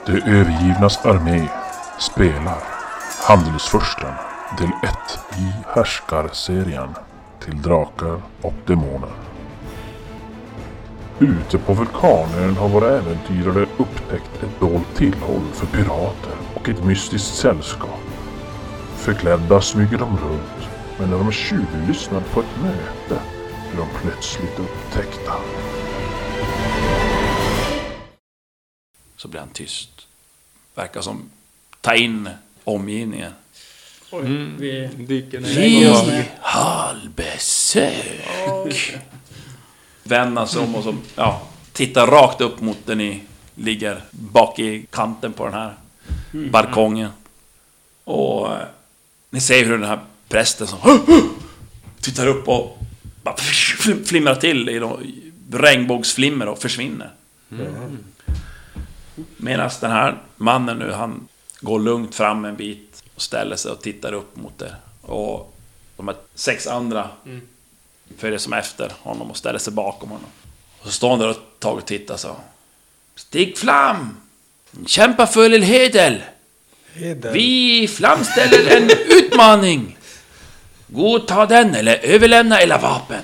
De övergivnas armé spelar Handelsfursten del 1 i härskarserien till drakar och demoner. Ute på vulkanön har våra äventyrare upptäckt ett dolt tillhåll för pirater och ett mystiskt sällskap. Förklädda smyger de runt, men när de tjuvlyssnar på ett möte blir de plötsligt upptäckta. Så blir han tyst. Verkar som ta in omgivningen. Vi dyker Vi halvbesök. Vänder sig om och så, tittar rakt upp mot där ni ligger bak i kanten på den här balkongen. Och ni ser hur den här prästen som tittar upp och bara flimrar till i regnbågsflimmer och försvinner. Medan den här mannen nu, han går lugnt fram en bit och ställer sig och tittar upp mot det. Och de här 6 andra följer som efter honom och ställer sig bakom honom. Och så står han där och tar och tittar så. Stig fram! Kämpa för El Hedel! Vi framställer en utmaning! Godta den eller överlämna era vapen.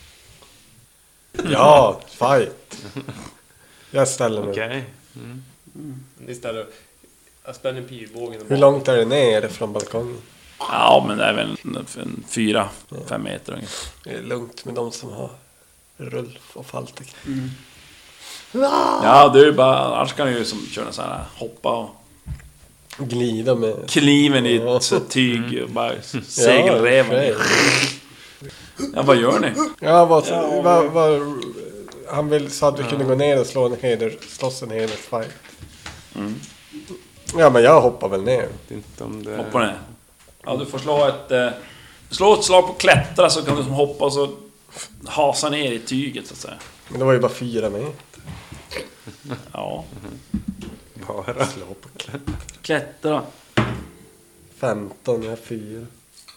Ja, fight. Jag ställer mig. Okej. istället jag spänner pilbågen. Hur långt är det ner från balkongen? Ja, men det är väl 4-5 meter ungefär. Det är lugnt med de som har rull och fallteknik. Ja, det är ju bara... Annars kan du ju som köra så här hoppa och Glida med kliven i ett så tyg och bara segelreven. Ja, vad gör ni? Ja, han vill så att vi kunde gå ner och slåss en hedersfight. Ja, men jag hoppar väl ner. Inte om det... Hoppa ner. Ja, du får slå ett slag på klättra så kan du som hoppa och så hasa ner i tyget så att säga. Men det var ju bara 4 meter. Ja. Bara Slå på Klättra. 15, jag är 4.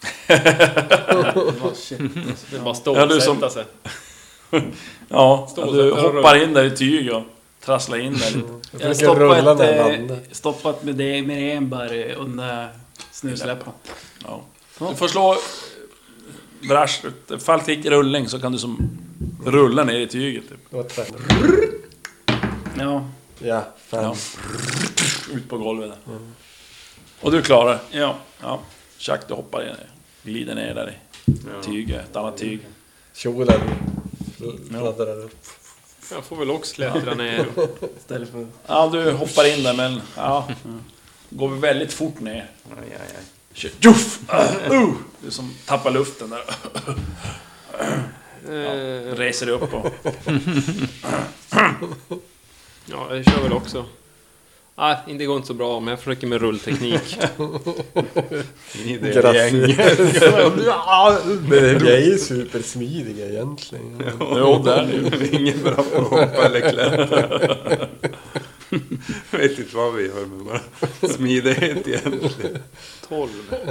Det är bara stålsätta sig. Ja, du hoppar in där i tyg och trasslar in där lite. Jag har stoppat med det med enbär under snusläppan. Ja. Du får slå brash, fall fick rullning så kan du som rulla ner i tyget typ. Det var 5. Ja. Ja, 5. Ja. Ut på golvet där. Och du klarar. Ja. Chuck, du hoppar ner. Glider ner där i tyget, ett annat tyg. Kjolen fladdrar upp. Jag får väl också klättra ner istället för... Ja, du hoppar in där men går vi väldigt fort ner. Aj. Juff! Du som tappar luften där. Reser upp och... Ja, jag kör väl också. Nej, inte går inte så bra, men jag försöker med rullteknik. Ni det gäng. Men jag är supersmidiga egentligen. Jo, där är Ingen bra på att hoppa eller klättra. Vet inte vad vi gör med bara smidighet egentligen. 12.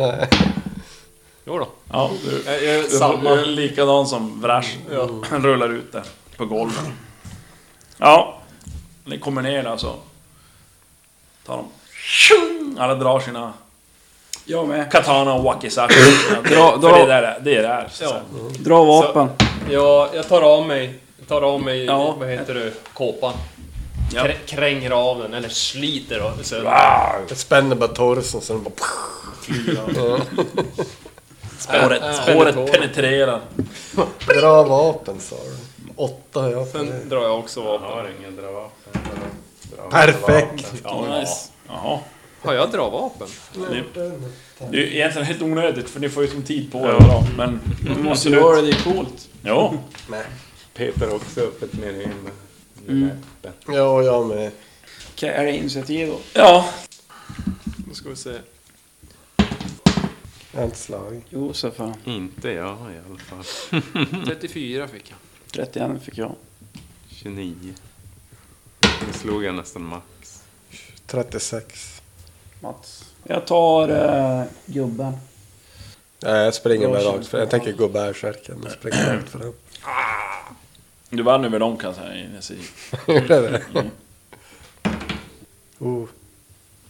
Jo då. Ja, du är likadan som Vrash. Han rullar ut där på golvet. Ja, ni kommer ner där så tar de. Alla drar sina katana och wakizashi. Det är där. Dra vapen. Ja, jag tar av mig vad heter det? Kåpan. Ja. Kränger av den eller sliter av den. Jag spänner bara torsen så den bara Håret penetrerar. dra vapen, sa du. 8 har jag. Sen drar jag också vapen. Jag har ingen dra vapen. Perfekt. Ja, nice. Jaha. Har jag dra vapen? Det är egentligen helt onödigt för ni får ju som tid på er. Men Du måste göra det, är coolt. jo. Peter också upp ett mer in. Ja, jag med. Okej, är det initiativ då? Ja. Då ska vi se. Ett slag. Josefa. Inte jag i alla fall. 34 fick jag. 31 fick jag. 29. Nu slog jag nästan max. 36. Mats. Jag tar gubben. Nej, jag springer med rakt för jag tänker gå bärsärken och springa rakt för den. Du vann över dem kan jag säga. Hur är det?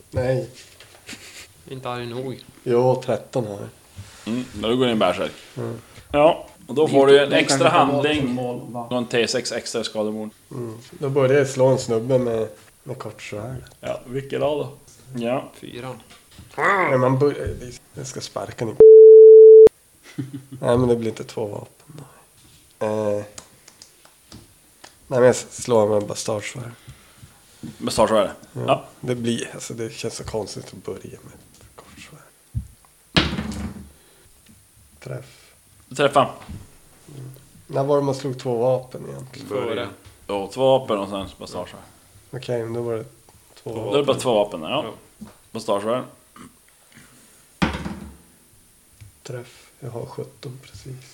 Nej. Inte arg nog. Jo, 13 har jag. Då går det en bärsärk. Ja, och då får du en extra handling och en T6 extra skademord. Då börjar jag slå en snubbe med kortsvärd. Ja, vilken av då? Ja. 4. Men man börjar... Jag ska sparka ni. Nej, men det blir inte 2 vapen. Nej, men jag slår med en bastardsvärd. Bastardsvärd? Ja. Det blir... Alltså det känns så konstigt att börja med ett kortsvärd. Träff. Du träffar. När var det man slog 2 vapen egentligen? Börja. Ja, 2 vapen och sen bastardsvärd. Okej, men då var det 2 Då är vapen. det bara 2 vapen, ja. Bastardsvärd. Träff. Jag har 17 precis.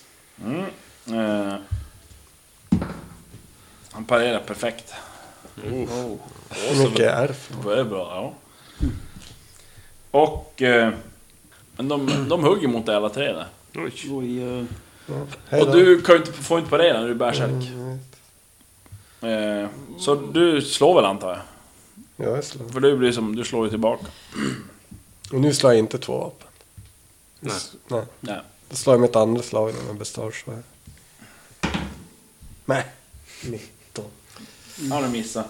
Han parerar perfekt. Hur mycket är det för? Det är bra, ja. Och... men de hugger mot dig alla 3 där. Oj, Hej Och då. du kan ju inte få inte parera när du är bärsärk. Så du slår väl, antar jag? Ja, jag slår. För det blir som, du slår ju tillbaka. Och nu slår jag inte 2 vapen. Nej. Ja. Då slår jag mitt andra slag med bastardsvärd. Nej. 19. Ja, du missar.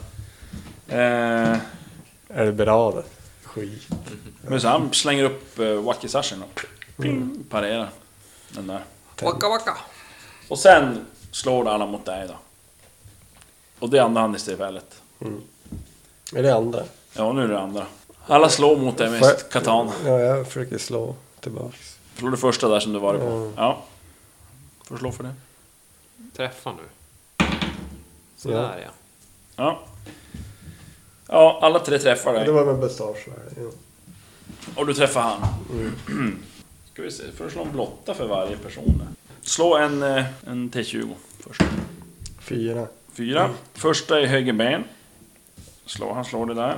Är det bra det? Skit. Men så han slänger upp Wakisashin och parerar den där. Waka. Och sen slår alla mot dig då. Och det är andra handlingstillfället. Är det andra? Ja, nu är det andra. Alla slår mot dig med sitt katana. Ja, jag försöker slå tillbaks. Slår du första där som du var på. Ja. Får slå för det. Träffa nu. Sådär ja. Ja. Ja, alla 3 träffar Det dig. var med bastardsvärd. Ja. Och du träffar han. Ska vi se, får du slå en blotta för varje person. Slå en T20 först. 4. 4. Första är höger ben. Han slår det där.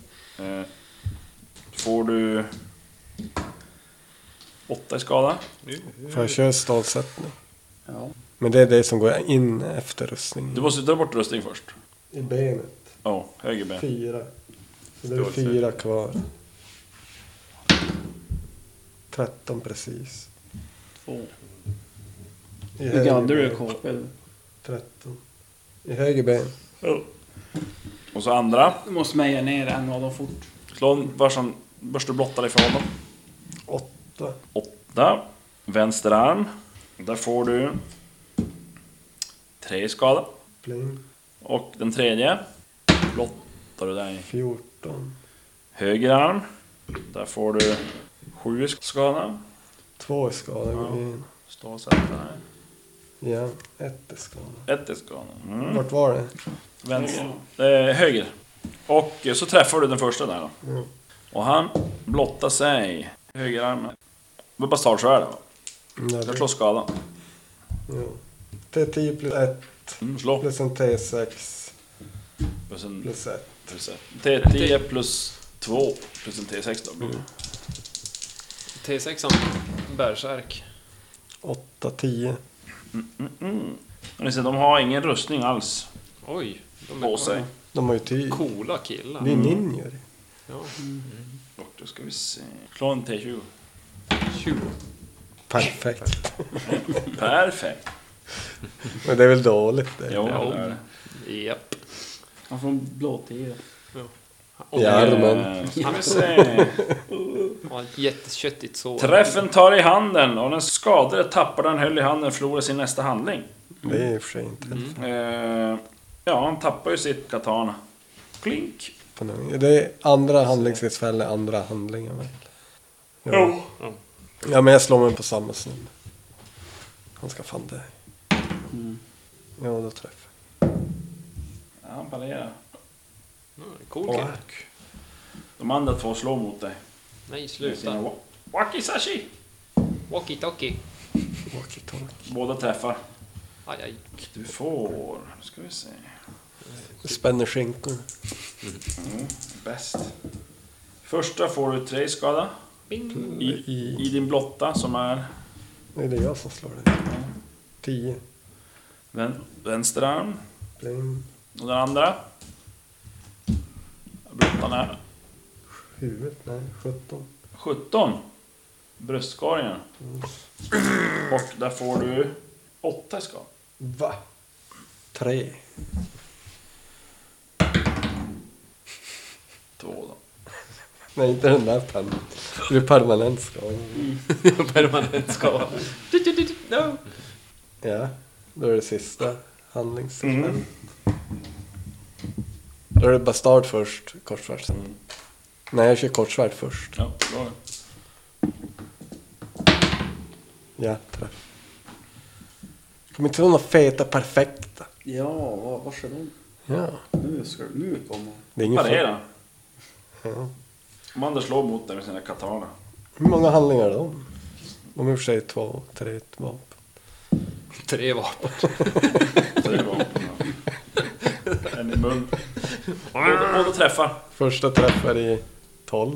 Får du 8 i skada. Får jag köra stålsättning? ja. Men det är det som går in efter rustningen. Du måste dra bort rustning först. I benet. Ja, höger ben. 4. Så det är 4 kvar. 13 precis. 2. I Hur höger gaddar du ben. KP? 13. I höger ben. Och så andra. Du måste meja ner en av dem fort. Slå en varsin börste blotta dig för honom. 8. 8. Vänster arm. Där får du 3 i skada. Pling. Och den tredje blottar du där. 14. Höger arm. Där får du 7 i skada. 2 är skadad. Ja. Stå och sätta här. Ja, 1 är skadad. 1 i skada. Vart var det? Vänster. Höger. Och så träffar du den första där då. Mm. Och han blottar sig. Högerarmen. Med bastardsvärd då. Jag slår skada. Ja. T10 plus 1 Slå. plus en T6 Plus en plus 1. T10 plus 2 plus en T6 då. T6an. Bärsärk. 8, 10. Och ni ser, de har ingen rustning alls Oj. De på är sig. De har ju ty. coola killar. Det är ninjor. Ja. Och då ska vi se. Slå en T20. 20. Perfekt. Perfekt. Men det är väl dåligt det. Jo, det är det. Japp. Han får en blåtira. I armen. Ska vi se. Ja, ett jätteköttigt sår. Träffen tar i handen och den skadade tappar den höll i handen förlorar sin nästa handling. Det är i och för sig inte. Ja, han tappar ju sitt katana. Klink. Det är andra handlingstillfälle, andra handlingar väl. Jo. Ja, men jag slår mig på samma snubbe. Han ska fan dö. Ja, då träffar Ja, han parerar. Cool jag. kille. Och De andra 2 slår mot dig. Nej, sluta. Wakizashi! Walkie-talkie. walkie-talkie. Båda träffar. Aj, aj. Du får... Nu ska vi se. Det spänner skinkor. Bäst. Första får du 3 skada. Bing. I din blotta som är... Det är det jag som slår det. 10. Vänster arm. Pling. Och den andra. Blottan är... Huvudet? Nej, 17. 17. Bröstkorgen. Och där får du 8 i skada. Va? 3. 2 då. Nej, inte den där pennan. Det är permanent skada. Permanent skada. No. Ja, då är det sista handlingssekvensen. Då är det bastard först, kortsvärd sen. Nej, jag kör kortsvärd först. Ja, bra. Ja, träff. Kommer inte vara några feta perfekta. Ja, varsågod. Ja. Nu kommer. Det är ingen Parera. Ja. Om Anders slår mot dig med sina katana. Hur många handlingar är de? De är i och för sig 2, 3 vapen. 3 vapen. Så det var en i mun. Båda träffar. Första träff är i 12.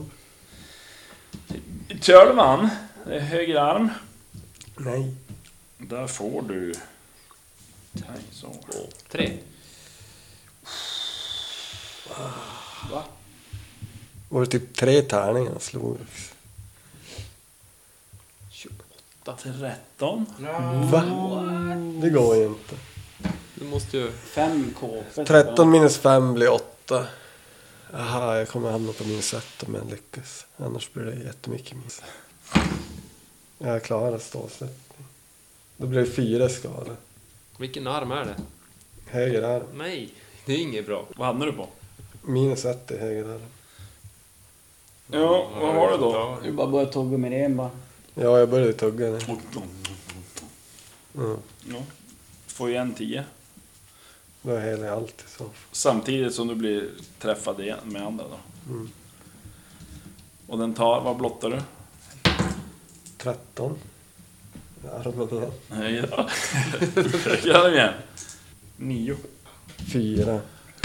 Törlman. Det är höger arm. Nej. Där får du... Nej, så. 3. Var det typ 3 tärningar han slog? 13. Va? Det går ju inte. Du måste ju... 5 KP. 13 minus 5 blir 8. Aha, jag kommer hamna på minus 1 om jag lyckas. Annars blir det jättemycket minus. Jag klarar stålsättning. Då blir det 4 skador. Vilken arm är det? Höger arm. Nej, det är inget bra. Vad hamnar du på? Minus 1 i höger arm. Ja, vad har du då? Du bara börjar tugga med det bara. Ja, jag började tugga nu. Ja. Får igen 10. Då är hela allt i så fall. Samtidigt som du blir träffad igen med andra då. Och den tar, vad blottar du? 13. Armen igen. Nej då. Gör det igen. 9. 4.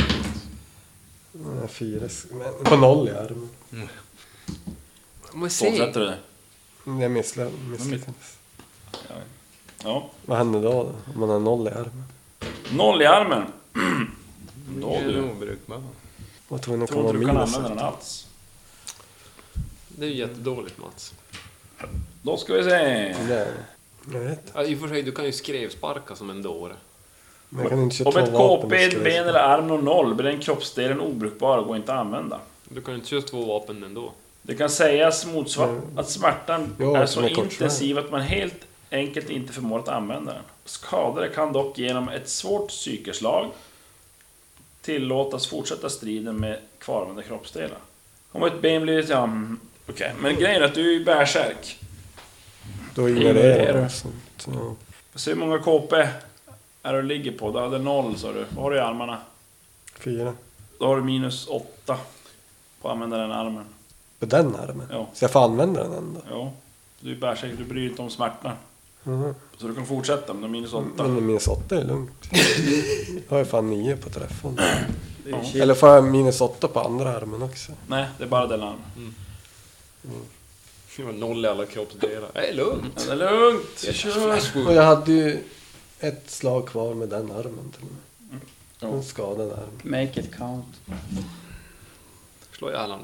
4. Men på 0 i armen. Men Så sätter du det. Jag misslyckades. Ja. Vad händer då om man har 0 i armen? 0 i armen. Då Det är du. nog brukbar. Vad tror ni Tror inte kommer du kan minus? använda den alls. Det är ju jättedåligt, Mats. Då ska vi se. Nej, jag vet. Ja, i och för sig, du kan ju skrevsparka som en dåre. Men jag kan inte köra Om 2 ett vapen. KP, ett ben eller arm når 0 blir den kroppsdelen obrukbar och går inte att använda. Du kan ju inte köra 2 vapen ändå. Det kan sägas motsvara att smärtan Jo, är som så är kortsvärd. intensiv att man helt enkelt inte förmår att använda den. Skadade kan dock genom ett svårt psykeslag tillåtas fortsätta striden med kvarvarande kroppsdelar. Om ett ben blir... Ja, okej. Men grejen är att du är ju bärsärk. Då ignorerar jag sånt. Ja. Så hur många KP är du ligger på? Du hade 0, sa du. Vad har du i armarna? 4. Då har du minus 8 på att använda den armen. På den armen? Ja. Så jag får använda den ändå? Ja. Du är bärsärk, du bryr dig inte om smärtan. Mhm. Så du kan fortsätta, men du har minus 8. Men minus 8 är lugnt. Då har jag fan 9 på träffen. Ja. Eller får jag minus 8 på andra armen också? Nej, det är bara den armen. Det var 0 i alla kroppsdelar. Det är lugnt. Ja, det är lugnt. Kör. Och jag hade ju ett slag kvar med den armen till och med. Ja. En skadad arm. Make it count. Slå ihjäl nu.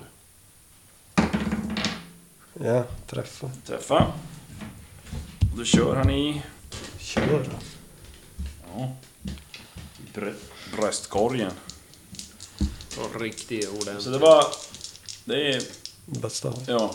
Ja, träffa. Träffa. Då kör han i... Kör då. Ja. Bröstkorgen. Så riktigt ordentligt. Så det var... Det är... Bastard. Ja.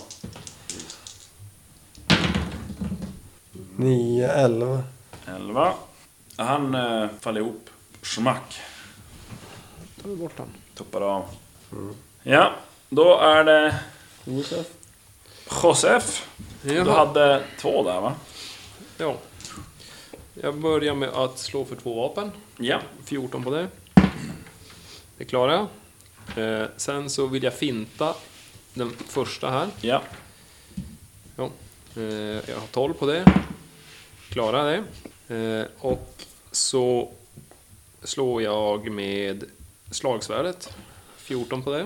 9, 11. 11. Han faller ihop. Schmack. Ta bort han. Tuppar av. Ja, då är det Josef. Josef. Du Jaha. hade 2 där, va? Ja. Jag börjar med att slå för 2 vapen. Ja. 14 på det. Det klarar jag. Sen så vill jag finta den första här. Ja. Ja. Jag har 12 på det. Klarar det. Och så slår jag med slagsvärdet. 14 på det.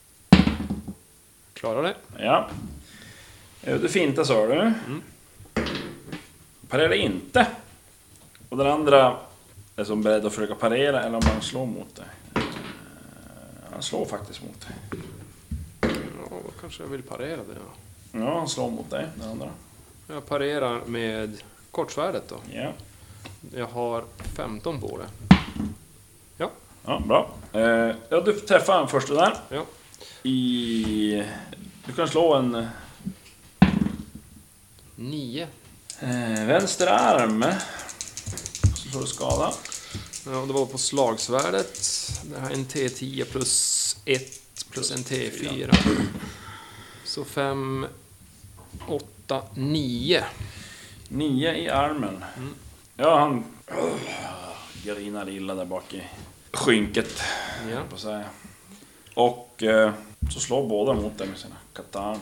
Klarar det. Ja. Du fintar, sa du. Parera inte. Och den andra är som beredd att försöka parera, eller om man slår mot dig. Han slår faktiskt mot dig. Ja, vad kanske jag vill parera det då. Ja, han slår mot dig, den andra. Jag parerar med kortsvärdet då. Ja. Jag har 15 på det. Ja, bra. Ja, du träffar han först där. Ja. Du kan slå en 9. vänster arm. Så slår du skada. Ja, det var på slagsvärdet. Det här är en T10 plus 1 plus en T4. Så 5, 8, 9. 9 i armen. Ja, han grinar illa där bak i skynket. Ja. På att säga. Och så slår båda mot dig med sina katana.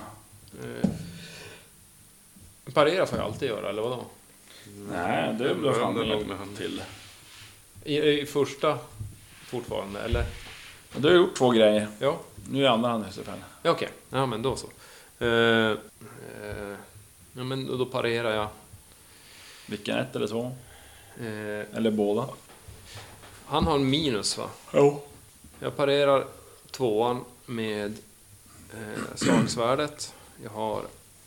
Parera får jag alltid göra, eller vadå? Nej, det blir fan nog med med hand. till. I första fortfarande, eller? Du har gjort 2 grejer. Ja. Nu är andra hand istället. Ja, okej. Ja, men då så. Ja, men då parerar jag. Vilken, 1 eller 2? Eh, Eller båda? han har en minus, va? Jo. Jag parerar 2:an med slagsvärdet. Jag har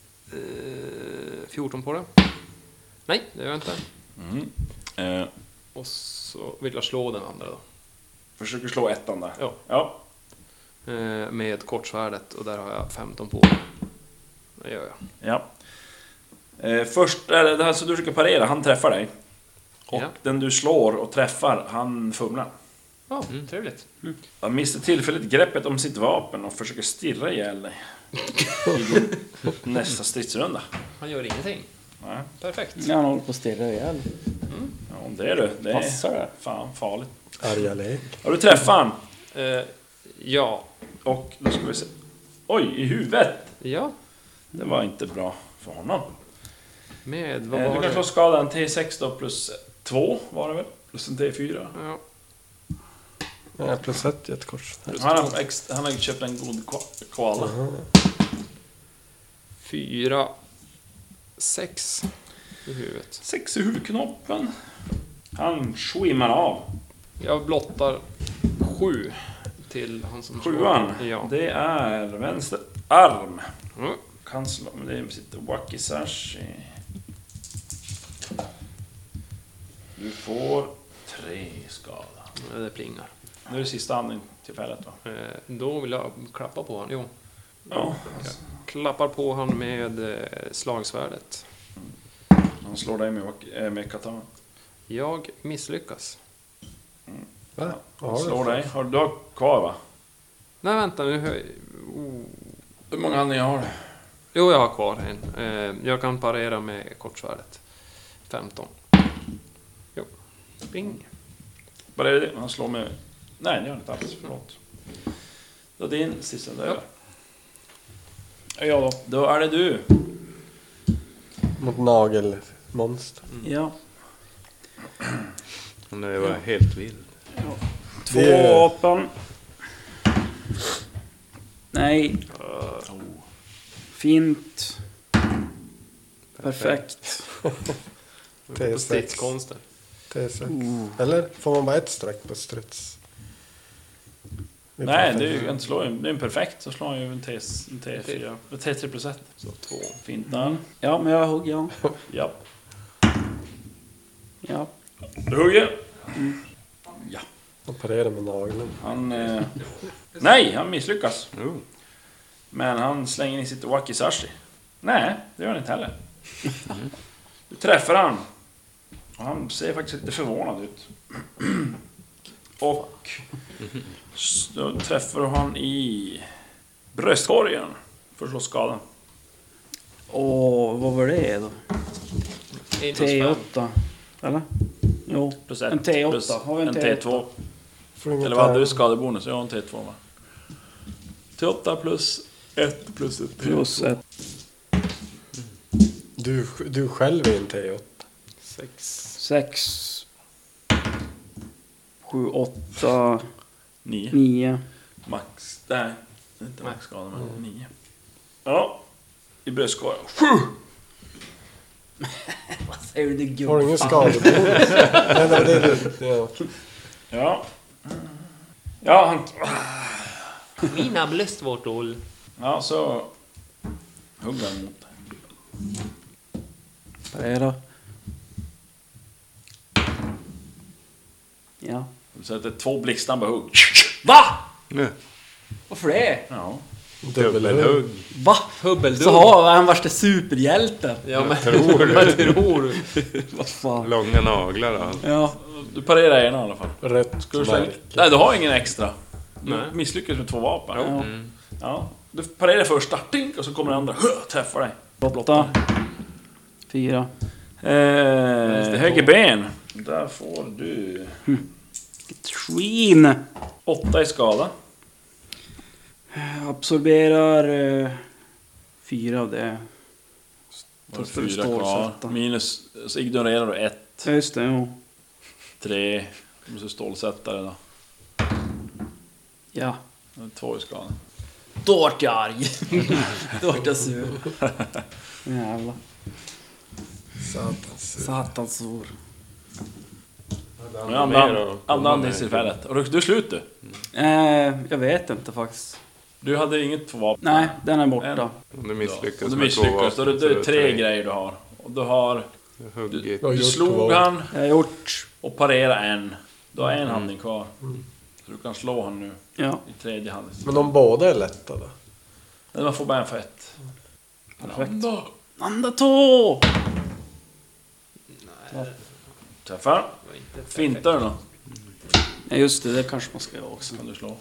14 på det. Nej, det gör jag inte. Och så vill jag slå den andra då. Försöker slå 1:an där. Ja. Ja. Med kortsvärdet, och där har jag 15 på det. Det gör jag. Ja. Först, det här så du försöker parera, han träffar dig. Och Ja. den du slår och träffar, han fumlar. Ja, trevligt. Han mister tillfälligt greppet om sitt vapen och försöker stirra ihjäl dig. I din nästa stridsrunda. Han gör ingenting. Nej. Perfekt. Ja, han håller på att stirra ihjäl. Ja, det är du. Det är Passar det? fan farligt. Arga lek. Ja, du träffar han. Ja. Och då ska vi se. Oj, i huvudet. Ja. Det var inte bra för honom. Med, vad Du var kan slå det? skada en T6 då plus 2 var det väl? Plus en T4. Ja. Ja, plus 1 i ett kors. Han har köpt en god koala. 4, 6 i huvudet. 6 i huvudknoppen. Han swimmar av. Jag blottar 7 till han som 7:an. Ja. Det är vänster arm. Mm. Kan slå, men det är sitt wakizashi. Du får 3 skada. Det plingar. Nu är det sista andning tillfället va? Då vill jag klappa på han. Jo. Ja. Klappar på han med slagsvärdet. Han slår dig med katana. Jag misslyckas. Va? Han slår dig. Du har kvar va? Nej, vänta nu. Hur många andningar har du? Jo, jag har kvar en. Jag kan parera med kortsvärdet. 15. Jo. Bing. Vad är det? Han slår med... Nej, det gör han inte alls. Förlåt. Då är din sista där. Ja då. Då är det du. Mot nagelmonster. Ja. Nu var jag helt vild. 2 Det- vapen. Nej. Fint. Perfekt. T6. Stridskonsten. T6. Eller får man bara ett streck på strids? Nej, det är ju inte slå. Det är en perfekt. Så slår han ju en T4. T3 plus 1. Så 2. Fint där. Ja, men jag hugger han. Ja. Ja. Du hugger. Och parerar med nageln. Han... Nej, han misslyckas. Oh. Men han slänger in sitt wakizashi. Nej, det gör han inte heller. Du träffar han. Och han ser faktiskt lite förvånad ut. Och då träffar han i bröstkorgen för att slå skadan. Och vad var det då? T8. Eller? Jo. Plus 1. En T8. Plus Har vi en en T8? T2. Får ingen Eller vad hade du ta- skadebonus? Ja, en T2 va? T8 plus 1 plus 1. Plus 1. Du själv är en T8. 6. 7, 8, 9. 9. Max. Nej, inte maxskada men 9. Ja. I bröstkorgen. Vad säger du, gubben? Har du ingen skadebonus? Nej, det var det du... Ja. Ja. Ja, han... Mina bröstvårtor. Ja, så hugger han mot dig. Parera. Ja. Du sätter 2 blixtsnabba hugg. Va? Nu. Varför det? Ja. Dubbelhugg. Va? Hubbeldugg. Så har han värsta superhjälten. Ja, men Tror du? jag tror. Vad fan. Långa naglar och allt. Ja. Du parerar ena i alla fall. Rött Ska du slänga? märke. Nej, du har ingen extra. Du Nej. misslyckas med 2 vapen. Ja. Ja. Du parerar första, tink, och så kommer den andra, träffar dig. 8. 4. Höger ben. Där får du Tween. 8 i skada. Absorberar 4 av det. Och För 4 kvar. stålsätta. Minus, så ignorerar du 1, Ja, just det. Ja. 3. Du måste stålsätta det då. Ja. 2 i skada. Då vart jag arg. Då vart jag sur. Jävlar. Satans ord. Andningstillfället. Och du är slut du. Jag vet inte faktiskt. Du hade inget 2 vapen. Nej, den är borta. Om du misslyckas Och du med 2 misslyckas. vapen, Så det är 3 grejer du har. Och du har... Huggit. Jag har Du gjort slog två. han Jag har gjort... och parera en. Du har en handling kvar. Så du kan slå han nu Ja. i tredje handling. Men de båda är lätta då? Men man får bara en för 1. Perfekt. Anda tå! Träffar. Fintar du då? Ja, just det. Det kanske man ska göra också. Kan du slå.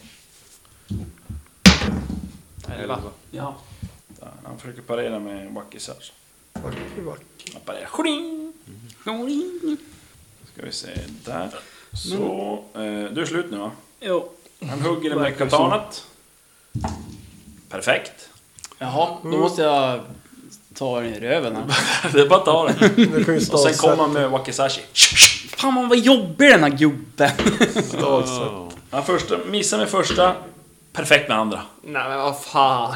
11. Ja. Där. Han försöker parera med wackisars. Vacker. Han parerar. Skling! Ska vi se där. Så. Du är slut nu va? Jo. Han hugger dig med katanat. Perfekt. Jaha, då måste jag ta den i röven här. Det är bara att ta den. Du kan ju Och sen kommer stålsätta. han med wakizashi. Fan vad jobbig den här gubben. Stålsätta. Han första, missar med första. Perfekt med andra. Nej men vad fan.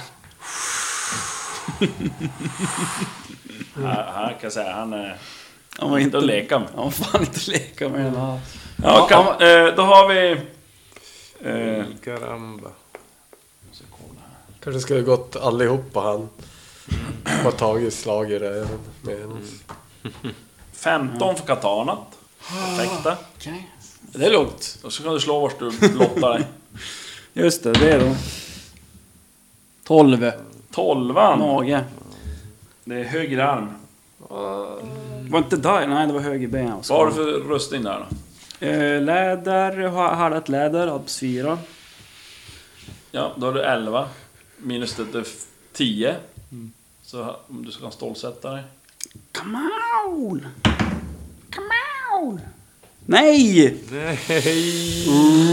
Här kan jag säga, han är... Han var inte Då leka med. Han var fan inte leka med den här. Ja, då har vi... Caramba. Kanske skulle gått allihopa han. Bara tagit slag i röven med hennes. 15 för katanat. Perfekta. Okej. Det är lugnt. Och så kan du slå vart du blottar dig. Just det, det är då. 12. 12an. Mage. Det är höger arm. Var inte där? Nej, det var höger ben. Vad har du för rustning där då? Läder, härdat läder, abs 4. Ja, då har du 11. Minus det är 10. Så om du ska stålsätta dig. Come on! Come on! Nej! Nej!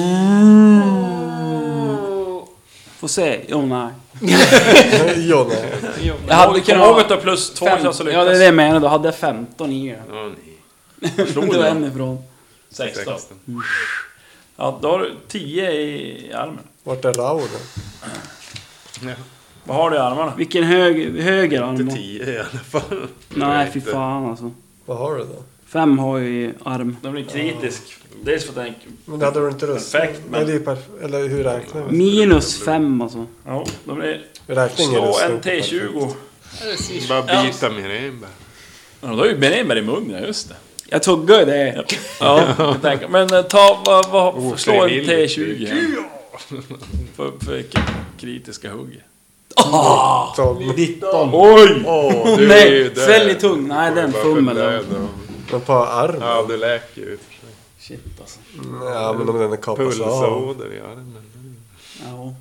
Får se. Jo, nej. Jo, nej. Jag hade Kom ihåg att du har plus 2 chans att lyckas. Ja, det är det jag menar. Då hade jag 15 i det. Åh nej. Slog Det du var då? en ifrån. 16. Ja, då har du 10 i armen. Vart är Rauden? Ja, Vad har du i armarna? Vilken höger arm? inte då? 10 i alla fall. Nej, fy fan alltså. Vad har du då? 5 har jag i arm. Den blir kritisk. Dels för att den... Men det hade du inte röstat. Perfekt, men- Nej, det är eller hur räknar vi? Minus 5 alltså. Ja, de blir... Räkningen Slå röstar en inte T20. Bara bita med Renberg. Ja, då har ju Berenberg i munnen, just det. Jag tuggar ju det. Ja, jag tänker. Men ta... slå en Ofrivilligt. T20 här. För kritiska hugg. Så, 19. Oj! Åh, du är Nej, ju där. svälj tung. Nej, den Bara fummel. för då. död. men på armen? Ja, det läker ju. Shit alltså. Ja, men om den är kapas av. Pulsåder i armen. Ja.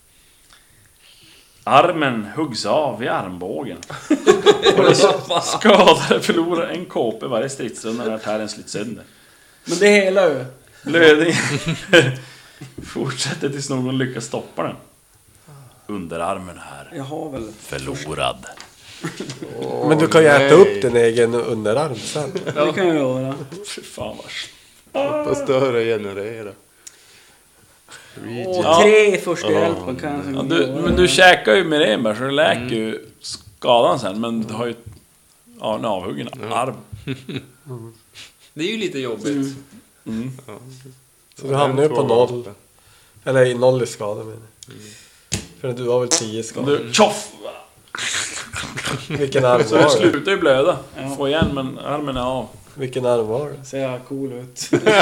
Armen huggs av i armbågen. Skadade förlorar en KP varje stridsrunda när artären slits sönder. Men det hela ju. Blödning fortsätter tills någon lyckas stoppa den. Underarmen här. Jag har väl... Förlorad. Men du kan ju äta nej. upp din egen underarm sen. Det kan jag göra. Fy fan vars. Hoppas större generera. Och 3 första hjälpen kan jag Ja, men du käkar ju med Berenberg så det läker ju skadan sen. Men du har ju en avhuggen arm. Det är ju lite jobbigt. Så du hamnar ju på 0. Eller i 0 i skada med det. För du har väl 10 skador. Du, tjoff! Vilken arm Så det var det? slutar ju blöda. Ja. Få igen, men armen är av. Vilken arm var det? Ser jag cool ut?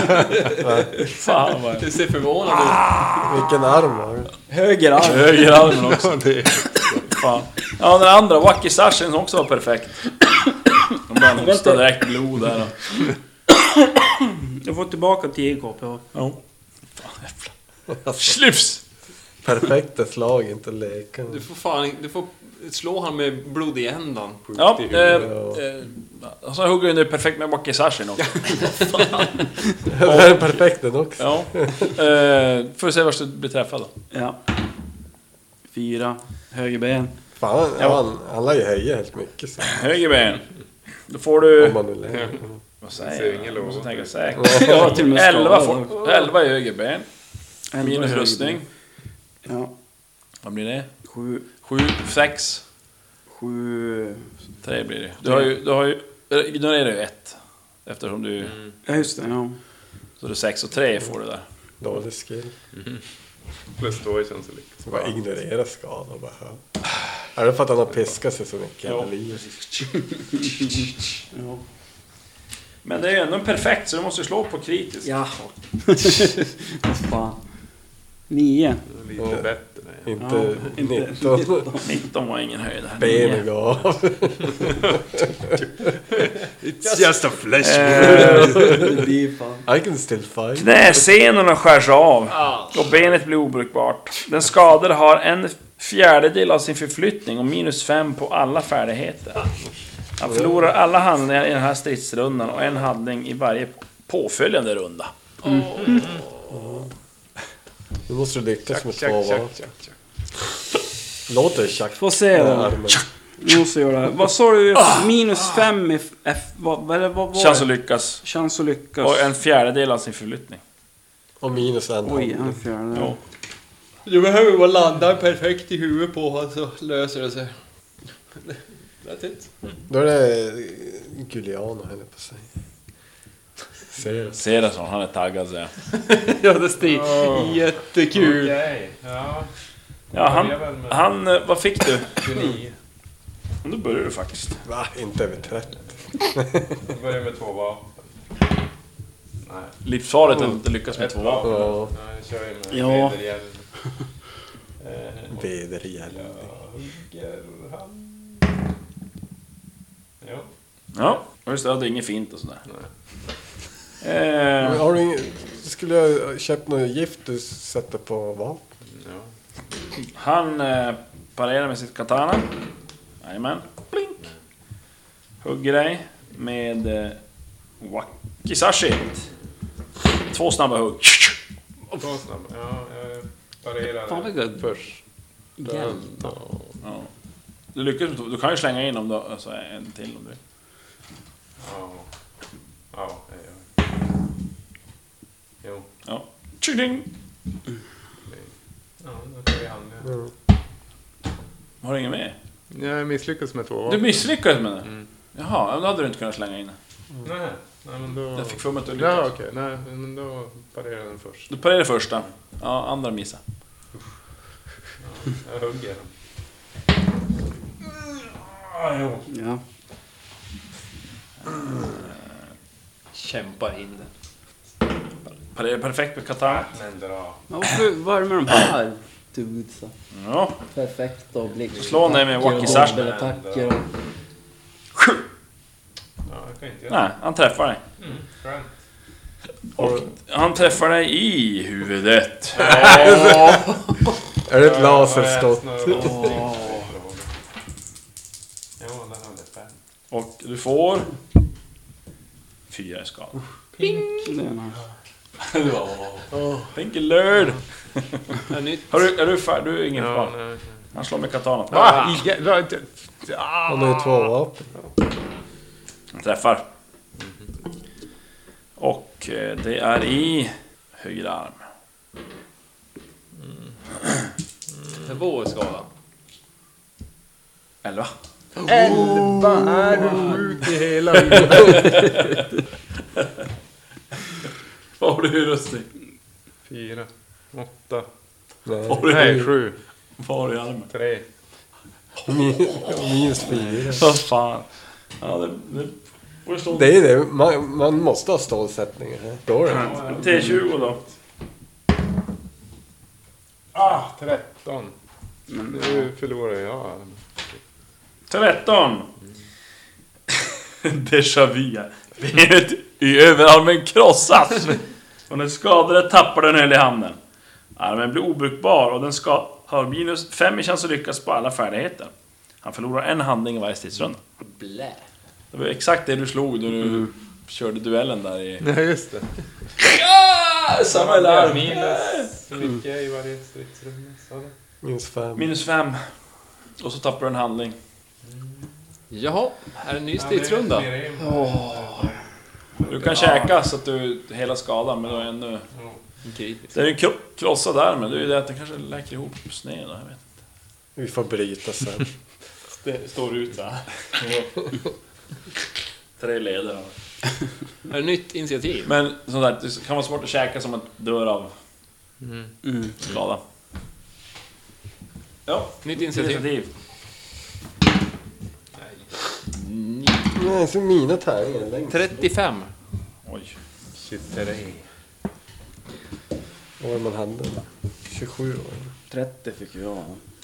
Fan vad Du ser förvånad ut. Vilken arm var det? Höger arm. höger armen också. Fan. Ja, den andra, Wacky Sashin, som också var perfekt. De började hosta direkt blod där. Jag får tillbaka 10 KP. Ja. Fan, jävlar. Slufs! Perfekta slag, inte leka. Du får slå han med blod i ändan. Ja, Sjukt i huvudet. så hugger ju nu perfekt med Wacky Sashin också. Det är perfekt den också. Ja. Får vi se vart du blir träffad då. Ja. 4. Högerben. Fan, Ja. han lär ju höja helt mycket. Så. Höger ben. Då får du... Om man nu lägger. Vad Ser säger ingen jag? låg. Måste tänka säkert. Ja, till och med 11 skadad. får 11 i höger ben. 11 Minus högerben. rustning. Ja. Vad blir det? 7. 7, 6. 7. 3 blir det. Du har ju... Ignorerar ju 1. Eftersom du... Ja, just det. Ja. Så det är 6 och 3 får du där. Dålig skill. Plus 2 känns det lite. Så bara ignorera skadan och bara hör. Är det för att han har piskat sig så mycket hela livet? Ja. Men det är ju ändå perfekt, så du måste slå på kritisk. Jaha. Vad fan. 9. Lite bättre. Inte inte 19. 19 var ingen höjd här. Benen går av. It's just a flesh. Det blir fan. I can still fight. Knäsenorna skärs av och benet blir obrukbart. Den skadade har 1/4 av sin förflyttning och minus 5 på alla färdigheter. Han förlorar alla handlingar i den här stridsrundan och en handling i varje påföljande runda. Nu måste du lyckas med 2 Tjack, vapen. tjack, tjack. Låter det tjack? Får se då. Armen. Nu måste jag göra det. Vad sa du? Minus 5 i F... Vad var det? Chans att lyckas. Chans att lyckas. Och 1/4 av sin förflyttning. Och minus en Oj, hand. en fjärde. Ja. Du behöver bara landa perfekt i huvudet på honom så löser det sig. That's it. Då är det Giuliano, höll jag på att säga. Ser Ser det som, han är taggad så. Ja, det är jättekul. Okej, ja. Ja, han... Vad fick du? 29. Då börjar du faktiskt. Va? Inte över 30. Jag börjar med 2 vapen. Nej. Livsfarligt att inte lyckas med 2 vapen. Ja, Nej, jag kör ju med Ja. vedergäll. vedergäll. Hugger han. Jo. Ja, just det, det är inget fint och sådär. Men har du skulle jag köpt något gift du sätter på vapen? Ja. Han parerar med sitt katana. Jajamän. Blink. Hugger dig med Wakizashi. 2 snabba hugg. 2 snabba. Ja, jag parerar Fan, vad gött. först. Hjälp. Ja. Du lyckas, du kan ju slänga in om du, alltså en till om du. Ja. Ja, jag gör. Jo. Ja. Tjing! Ja, då tar vi hand. Har du ingen med? Jag misslyckades med 2 Du vapen. misslyckades med det? Jaha, då hade du inte kunnat slänga in. Nej, men då... Jag fick för mig att du lyckades. Ja, okej. Nej, men då parerar jag den först. Du parerade första. Ja, andra missade. Jag hugger den. Ja. Kämpar in den. Parerar perfekt med katana. Men dra. Men vad är det med de här dudesa? Ja. Perfekt och blick. Slå ner med Wakizashi. Attacker och... Ja, jag kan inte göra Nej, han träffar dig. Skönt. Och han träffar dig i huvudet. Är det ett laserskott? Åh. Jo, den hade 5. Och du får 4 skador. Det är nice. Thank you Lord. Nytt. Är du färdig? Du är ingen Ja, kvar. nej. Han slår med katana. Va? Han har ju 2 vapen. Han träffar. Och det är i höger arm. Det var skada. 11. 11 är du Sjuk i hela huvudet. Vad har du i rustning? 4, 8. Nej. Nej, 7. Var i armen? 3. Minus 4. Vad fan. Ja, Det är det. Man måste ha stålsättningar. Står det? T20 då. 13. Nu förlorar jag. 13. Déjà vu. Benet i överarmen krossas. Och den skadade tappar den öl i handen. Armen blir obrukbar och den har minus 5 i chans att lyckas på alla färdigheter. Han förlorar en handling i varje stridsrunda. Blä. Det var exakt det du slog när du körde duellen där i... Nej, just det. Samma larm. Minus så mycket i varje stridsrunda. Minus 5. Minus 5. Och så tappar du en handling. Jaha, är det en ny stridsrunda? Du kan käka så att du hela skadan, men då är ännu... Kritiskt. Det är ju krossad där, men det är ju det att den kanske läker ihop sned då, jag vet. Vi får bryta sen. Det står ut där. 3 leder. Är det nytt initiativ? Men som sagt, det kan vara svårt att käka som att dör av skada. Ja, Nytt initiativ. Nej, så mina tärningar är längst. 35. Oj. 23. Vad var man hade? 27 år. 30 fick jag.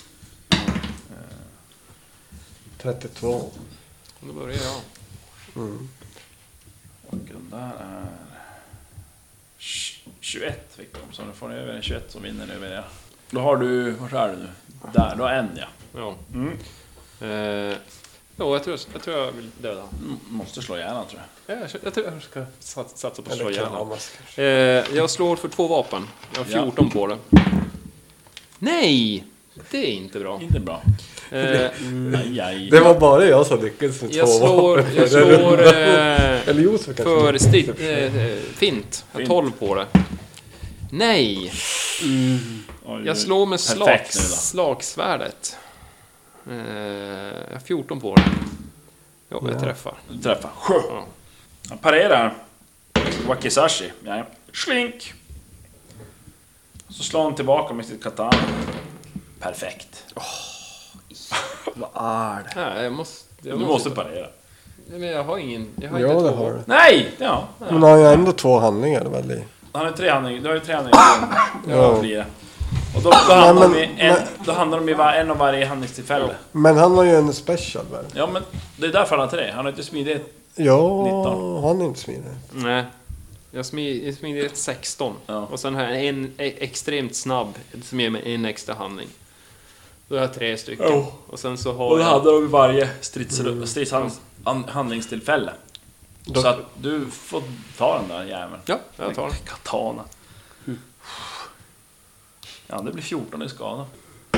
32. Då börjar jag. Och den där är... 21 fick de, så nu får ni över en 21 så vinner ni över det. Då har du... Var är du nu? Där, då har en, ja. Ja. Mm. Jag tror jag vill döda. Måste slå hjärnan, tror jag. Jag tror jag ska satsa på att slå Eller ihjäl. kramas. Jag slår för 2 vapen. Jag har 14 på det. Nej! Det är inte bra. Inte bra. Aj, aj. Det var bara jag som lyckades med 2 vapen. Jag slår Eller Josef kanske. för fint. Jag har 12 på det. Nej! Oj, Jag slår med perfekt nu då. slagsvärdet. Jag har 14 på det. Ja, jag träffar. Du träffar. Ja. Han parerar. Wakizashi. Ja. Slink. Så slår han tillbaka med sitt katana. Perfekt. Vad är det? Nej, jag Du måste parera. Nej, men jag har ingen... Jag har Ja, inte det 2. har du. Nej! Ja. Men han har ju ändå 2 handlingar väl i. Han har 3 handlingar. Du har ju 3 handlingar. Ja. Blir det. Och då hamnar men- då hamnar de i en av varje handlingstillfälle. Men han har ju en special väl? Ja, men det är därför han har 3. Han har inte smidigt. Ja, 19. han är inte smidig. Nej. Jag smider ett 16. Ja. Och sen har jag en extremt snabb som ger mig en extra handling. Då har jag 3 stycken. Oh. Och sen så Och har då jag... hade de i varje stridshandlingstillfälle. Då- Så att du får ta den där jäveln. Ja, jag tar den. Katana. Ja, det blir 14 i skada.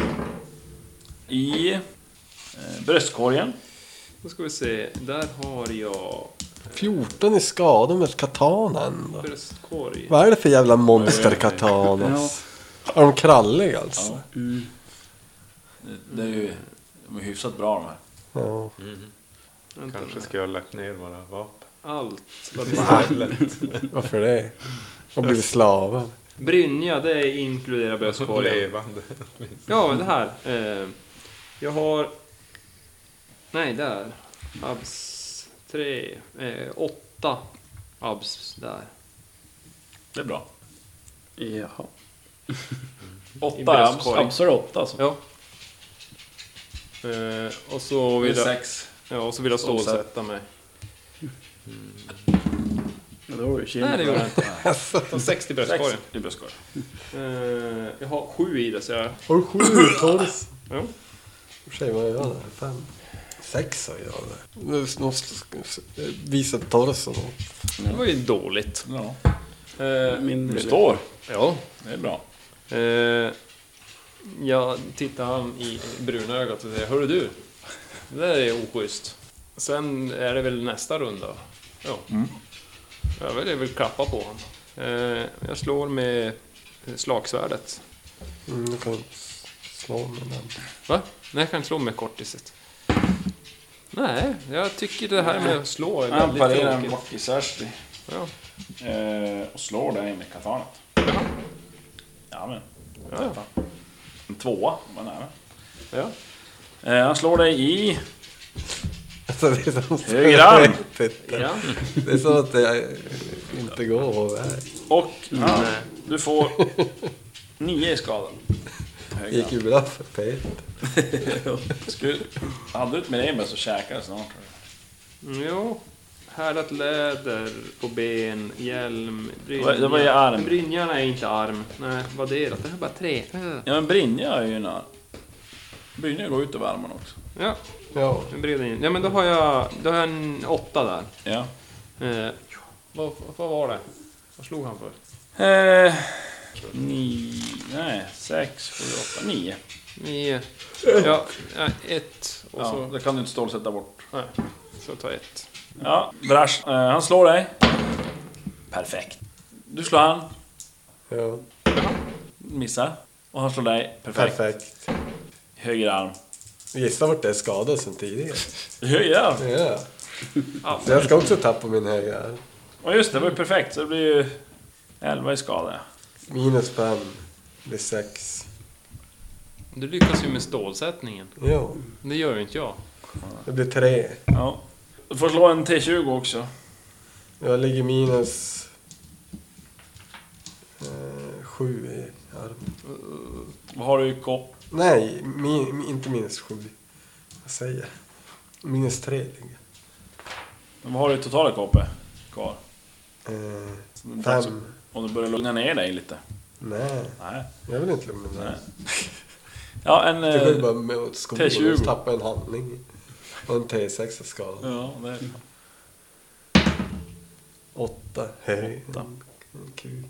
I bröstkorgen. Då ska vi se. Där har jag 14 i skada med katana ändå. bröstkorg. Vad är det för jävla monsterkatanas? Är de kralliga alltså? Ja. Det är ju de är hyfsat bra de här. Ja. Kanske ska jag ha lagt ner våra vapen. Allt. Varför det? Och blivit slavar. Brynja, det inkluderar bröstkorgen. Levande. Ja, det här. Jag har... Nej, där. Abs 3. 8 abs där. Det är bra. Jaha. 8 abs. bröstkorg. Absar 8 alltså. Ja. Och så vill jag... 6. Ja, och så vill jag stålsätta mig. Men då är det Nej, det gör jag inte. Så 60 bröstkorgen. 6 i bröstkorgen. Jag har 7 i det, så jag... Har du 7 tors? Ja. För sig vad gör jag där? 5? 6 har jag där. Visa torso då. Det var ju dåligt. Ja. Mindre. Du står. Ja. Det är bra. Jag tittar han i brunögat och säger: Hörru du, det där är oschysst. Sen är det väl nästa runda. Ja. Jag vill väl klappa på honom. Jag slår med slagsvärdet. Du kan slå med den. Va? Nej, jag kan slå med kortiset. Nej, jag tycker det här med att slå är Han väldigt parerar en tråkigt. Wakizashi. Ja. Och slår dig med katanat. Ja, men. Ja. En 2, var nära. Ja. Han slår dig i Alltså, det är som höger arm. Ja. Det är så att jag inte går väg. Och du får 9 i skadan. Det gick ju bra för Peter. Hade du ett med dig med så käkar jag snart. Jo. Härdat läder på ben, hjälm, brynja. Det var ju arm. Men brynjarna är inte arm. Nej, vad det är det? Det är bara 3. Ja, men brynja är ju en arm. Brynja går ut över armarna också. Ja, Ja. en bred in. Ja, men då har jag en 8 där. Ja. Vad var det? Vad slog han för? 6, 7, 8, 9. 9. Ja, 1. Och Ja, så... det kan du inte stålsätta bort. Nej, så ta 1. Ja, Brash, han slår dig. Perfekt. Du slår han, Ja. missar. Och han slår dig. Perfekt. Höger arm. Gissa vart det är skadad sen tidigare. Höger arm. Ja. Så jag ska också tappa min högra arm. Och just det, var ju perfekt. Så det blir ju 11 i skada. -5 blir 6. Du lyckas ju med stålsättningen. Ja. Det gör ju inte jag. Det blir 3. Ja. Du får slå en T20 också. Jag ligger -7 i armen. Vad har du i kopp? Nej, inte -7. Vad säger jag? -3 ligger. Vad har du i totala koppet kvar? 5. Om du börjar lugna ner dig lite. Nej, Nej. jag vill inte lugna mig. Ja, en... Det går ju bara med åt skolan T20. och tappa en handling. Och en T6 skada. Ja, det är... 8. Hej. Kul.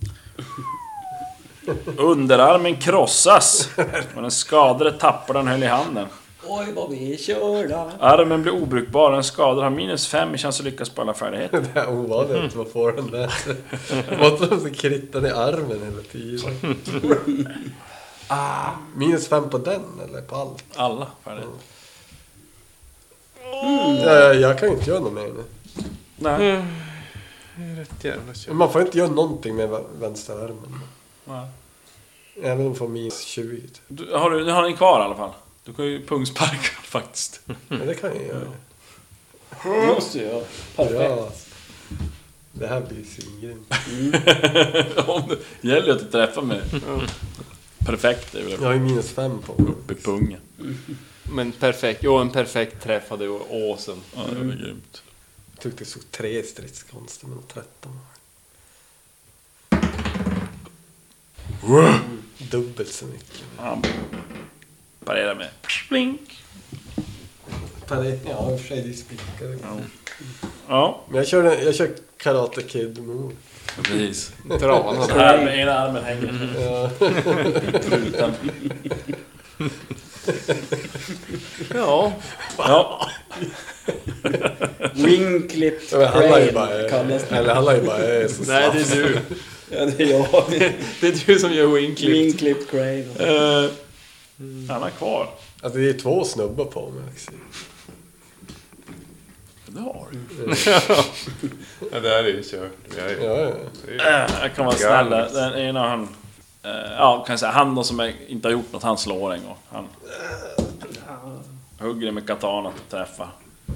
Underarmen krossas. Och den skadade tappar den höll i handen. Oj, vad vi är körda. Armen blir obrukbar. Den skadade har -5 i chans att lyckas på alla färdigheter. Det är ovanligt. Vad får den där? Måste de så krittan i armen hela tiden. -5 på den eller på allt? Alla färdigheter. Jag kan ju inte göra något mer nu. Nej. Rätt jävla kör. Man får inte göra någonting med vänsterarmen. Nej. Även om man får -20. Du har den kvar i alla fall. Du kan ju pungsparka faktiskt. Men det kan jag göra. Det måste jag. Perfekt. Ja. Det här blir svingrymt. Om det gäller att du träffar med. Perfekt är Jag har ju -5 på. upp i pungen. Men perfekt. Jo, en perfekt träff hade ju awesome. Ja, det var grymt. Jag tyckte det såg 3 stridskonster men 13. Dubbelt så mycket. Han parerar med blink. Ja, i och för sig det spikar. Ja, Men jag kör Karate Kid move. precis. Trana. Så här med ena armen hänger. Ja. Utan. Ja. Ja. Wingclipped Men han har ju crane kallas det. Eller han har ju bara så Nej, det är du. Ja, det är jag. Det är du som gör wingclip. Wingclipped crane. Han är kvar. Alltså det är 2 snubbar på mig också. Det har du. Ja, det här är ju kört. Ja. Jag kan vara snäll. Den ena han... Ja, kan jag säga. Han då som inte har gjort något, han slår en gång. Han hugger med katana att träffa.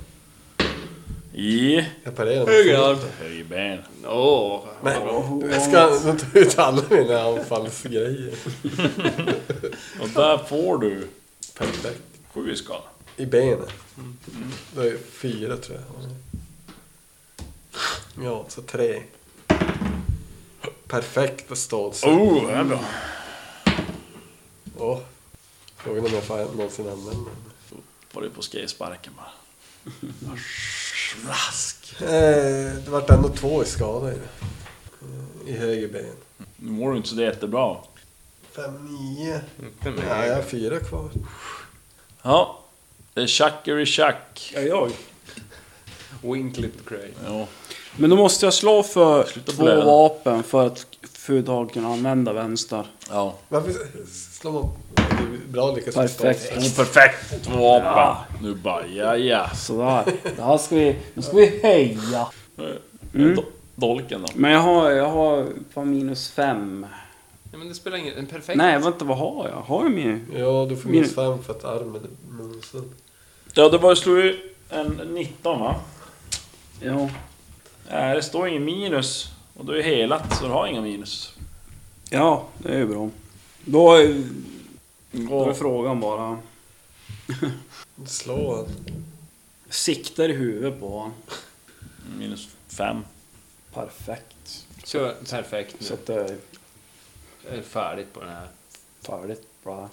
Jag parerar Höger. Höger ben. Men jag ska ta ut alla mina anfallsgrejer. Och där får du Perfekt. 7 i skada. I benen. Det är 4 tror jag. Ja, så 3. Perfekta stålsätt. Det är bra. Frågan om jag får någonsin använda den. Var du på skejsparken bara. Rask. Det vart ändå 2 i skada i höger ben. Nu mår du inte så det jättebra. 5, 9. Inte med. Ja, jag har 4 kvar. Ja. Det är Chuckery Chuck. Ja, jag. Wingclip crane. Ja. Men då måste jag slå för Sluta 2 blöda. vapen för att kunna använda vänster. Ja. Varför slår man... Det är bra lyckas med Perfekt. stålsätt. Perfekt. 2 vapen. Nu bara, ja. Sådär. Nu ska vi heja. Dolken då. Men jag har fan -5 Ja, men det spelar ingen... En perfekt... Nej, vänta, vad har jag? Har jag min... Ja, du får minst 5 för att armen är mosad. Ja, det var slog ju en 19 va? Ja. Nej, det står ingen minus. Och du är helat så du har inga minus. Ja, det är ju bra. Då är frågan bara... Slå han. Siktar i huvudet på honom. Minus 5. Perfekt. Kör perfekt nu. Så att det är färdigt på den här. färdigt bara.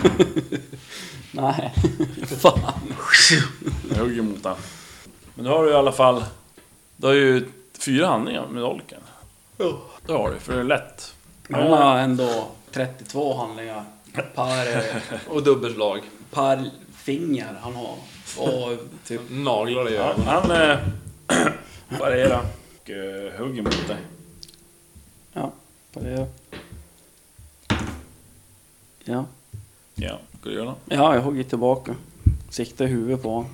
Nej, fan. Jag hugger mot den. Men då har du i alla fall... Du har ju 4 handlingar med dolken. Ja. Det har du, för det är lätt. Han har ändå 32 handlingar Och dubbelslag. per finger han har. Och typ... Naglar i Ja, ögonen. han parerar och hugger mot dig. Ja, på det. Ja. Ja, ska du göra något? Ja, jag hugger tillbaka. Siktar i huvudet på honom.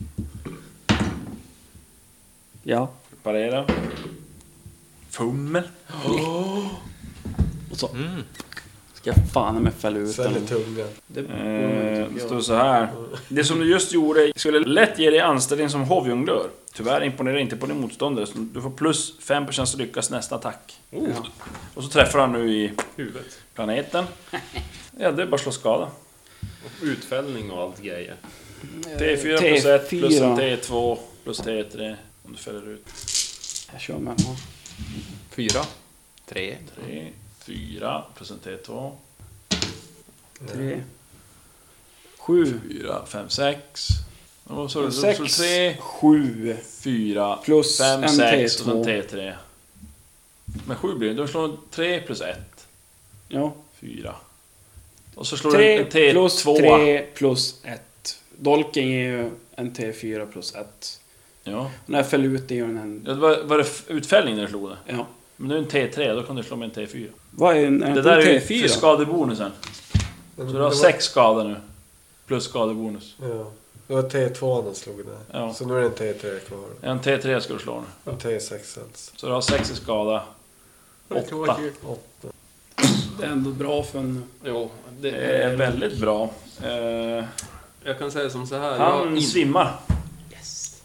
Ja. Parera. Fummel. Och så. Ska jag fan med fälla ut Sälj den. tungan. Det står så här. Det som du just gjorde skulle lätt ge dig anställning som hovjonglör. Tyvärr imponerar inte på din motståndare. Så du får plus 5% att lyckas nästa attack. Ja. Och så träffar han nu i Huvudet. planeten. Ja, det är bara att slå skada. Och utfällning och allt grejer. T4 plus 1 plus en T2 plus T3 om du fäller ut. Jag kör med honom. 4. 3. 3, 4 plus en T2. 3. 7. 4, 5, 6. Och så 6. 3, 7. 4, Plus 5, en 6 och T2. sen T3. Men 7 blir det. Då slår du 3 plus 1. Ja. 4. Och så slår du 3 en T2. plus 3 plus 1. Dolken är ju en T4 plus 1. Ja. När jag fäller ut det gör den en... Ja, var det utfällning när du slog det? Ja. Men nu är en T3, då kan du slå med en T4. Vad är en Det där är ju T4? för skadebonusen. Så du har 6 skador nu. Plus skadebonus. Ja. Det var T2 han slog där. Ja. Så nu är det en T3 kvar. En T3 ska du slå nu. En T6 alltså. Så du har 6 i skada. 8. 8. Det är ändå bra för en... Jo, Det är väldigt bra. Jag kan säga som så här. Han svimmar. Yes.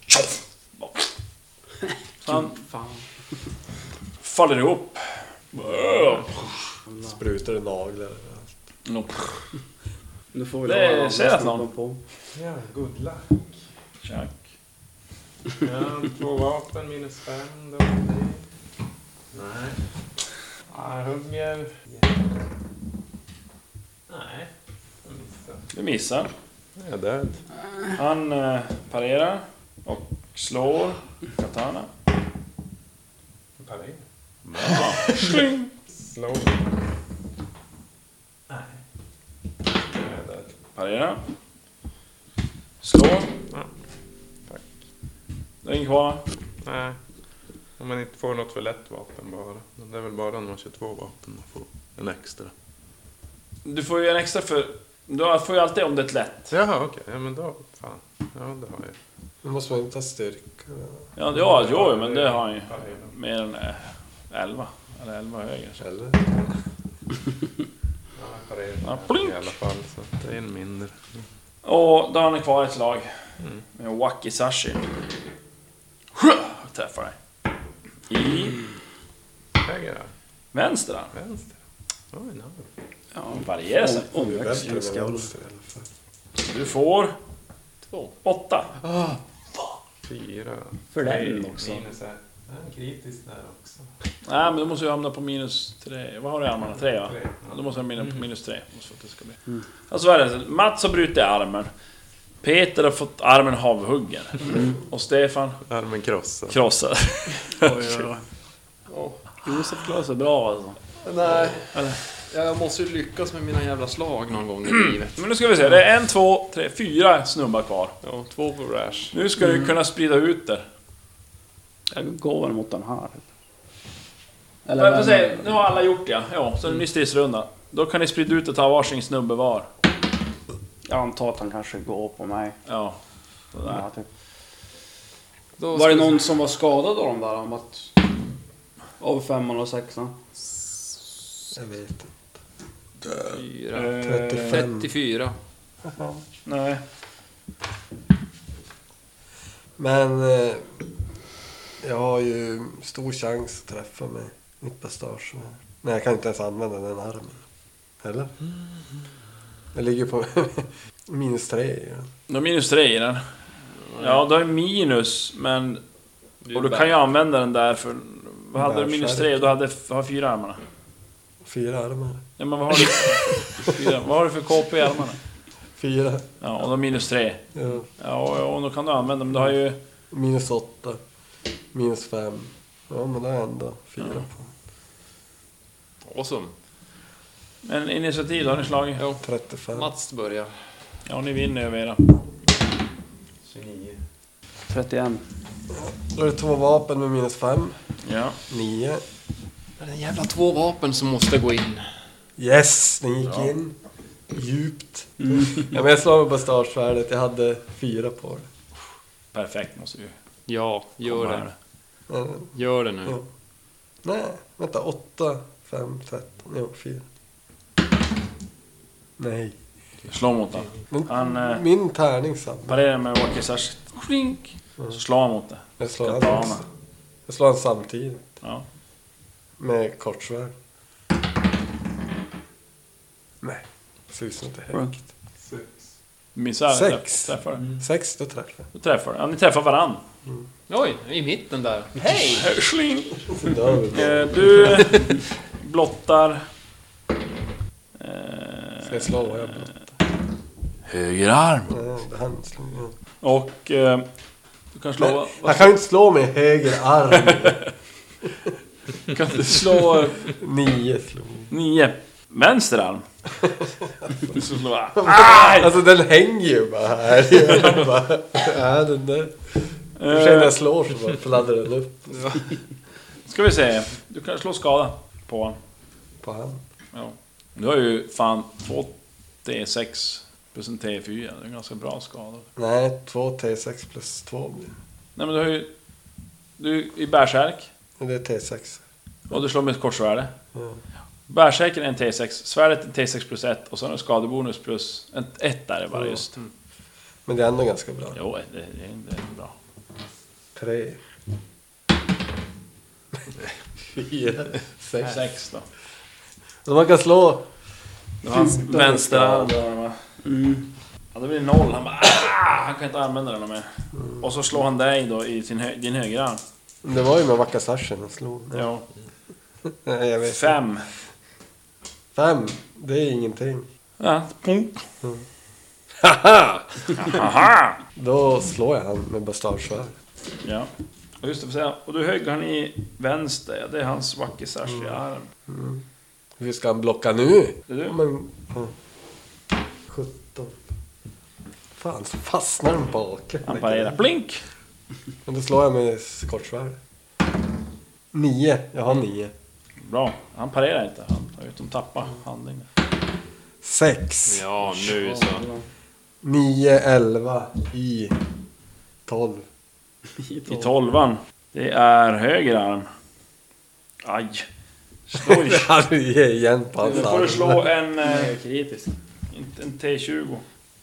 Så han Fan. faller ihop. Sprutar i naglar. Nu får vi Det la ser att någon- på. Ja, good luck. Tjack. Ja, 2 vapen minus 5 då. Nej. Jag hugger. Nej. Jag missade. Du missar. Jag är död. Han parerar och slår katana. Parerar. Bra. Slå. Nej. Jag är död. Parera. Slå. Ja, tack. Det är ingen kvar. Nej. Om man inte får något för lätt vapen bara. Men det är väl bara när man kör 2 vapen man får en extra. Du får ju en extra för... Du får ju alltid om det är ett lätt. Jaha, okej. Ja, men då... Fan. Ja, det har jag. Nu måste man inte ha styrka. Ja, jo, men det har han ju. Mer än 11. Eller 11 högre. Eller? Ja, jag parerar Ja, plink. i alla fall. Så det är en mindre. Och då har han kvar ett slag. Med Wakizashi. Träffar dig. I Höger här. vänster då. Vänster. Oj, no. Ja, varierar sig. Vänster eller Omväxling. vänster i alla fall. Du får 2. 8. 4. För den också. Minus 1. Ja, kritiskt där också. Nej, men då måste jag hamna på minus 3. Vad har du i armarna? 3 va? 3. Ja, då måste jag hamna på minus 3. För att det ska bli. Alltså vad är det? Mats har brutit armen. Peter har fått armen havhuggen. Och Stefan Armen krossad. krossad. Josef klarar sig bra alltså. Nej. Jag måste ju lyckas med mina jävla slag någon gång i livet. Men nu ska vi se. Det är 1, 2, 3, 4 snubbar kvar. Ja, 2 på rash. Nu ska du kunna sprida ut det. Jag går väl mot den här. Jag får se, nu har alla gjort det. Ja, så är det en ny stridsrunda. Då kan ni sprida ut och ta varsin snubbe var. Jag antar att han kanske går på mig. Ja. Sådär. Ja, typ. Då Var det ska vi- någon som var skadad av dem där? Om att... Av 5 och 6? Jag vet inte. 34. Nej. Men jag har ju stor chans att träffa med mitt bastage. Men jag kan inte ens använda den armen. Eller? Jag ligger på -3. Ja. Du har -3 i den. Ja, du har minus, men... Och du kan ju använda den där för... Vad hade du -3? Du har 4 armarna. 4 armar. Ja, men vad har du? 4. Vad har du för KP i armarna? 4. Ja, och då -3. Ja. Ja, och då kan du använda, men du har ju... -8. -5. Ja, men det är ändå 4 på. Awesome. Men initiativ har ni slagit? Jo. 35. Mats börjar. Ja, ni vinner över era. 29. 31. Då är det 2 vapen med -5. Ja. 9. Det är en jävla 2 vapen som måste gå in. Yes, den gick in. Djupt. Ja, men jag slår med bastardsvärdet. Jag hade 4 på det. Perfekt måste ju. Ja, gör komma det. här. Men, Gör det nu. ja. Nej, vänta. 8, 5, 13. Jo, 4. Nej. Slå mot den. Men, Han min tärning samma. parerar med Walkers klink. Så slår han mot det. Jag slår Katana. han också. Jag slår han samtidigt. Ja. Med kortsvärd. Nej. Ser ut som det är högt. Missar. 6. Träffar du. 6, då träffar jag. Du träffar. Ja, ni träffar varann. Oj, i mitten där. Slink. Så dör vi. Du blottar... Ska jag slå vad jag blott? Höger arm. Nej, det han slog. Ja. Och du kan slå... Nej, jag kan ju inte slå med höger arm. Kan du slå 9 slog. 9. Vänster arm. Du slår... Alltså den hänger ju bara här. Jag bara, ja, den där. För sig när jag slår så bara fladdrar den upp Ska vi se. Du kan slå skada på honom. på han. Ja. Du har ju fan 2 T6 plus en T4. Det är en ganska bra skada. Nej, 2 T6 plus 2 blir. Nej, men du har ju... Du är i bärsärk. Men det är T6. Och du slår med ett korsvärde. Ja. Bärsärken är en T6. Svärdet är en T6 plus 1. Och så har du skadebonus plus... En 1 där är bara just. Men det är ändå ganska bra. Jo, det är bra. 3. 4. 6. 6 då. Så man kan slå. Det var hans vänsterarm. Ja, det blir 0. Han bara... Han kan inte använda den mer. Och så slår han dig då i din högerarm. Det var ju med Wakasashen han slog. Ja. Nej, jag vet. 5. 5. Det är ingenting. Ja, punk. Haha! Aha! Då slår jag han med bastardsvärd. Ja. Och just det, för säga. Och du högg han i vänster. Det är hans Wakizashi arm. Hur ska han blocka nu? Det är du. Men, 17. Fan, så fastnar den bak. Han parerar. Blink! Men då slår jag med kortsvärd. 9. Jag har 9. Bra. Han parerar inte. De tappar handlingen. 6. Ja, nu så. 9, 11 i 12. I 12an. Det är höger arm. Aj. Slå i. Han ger igen på hans Nu får du arm. slå en... Kritisk. En T20.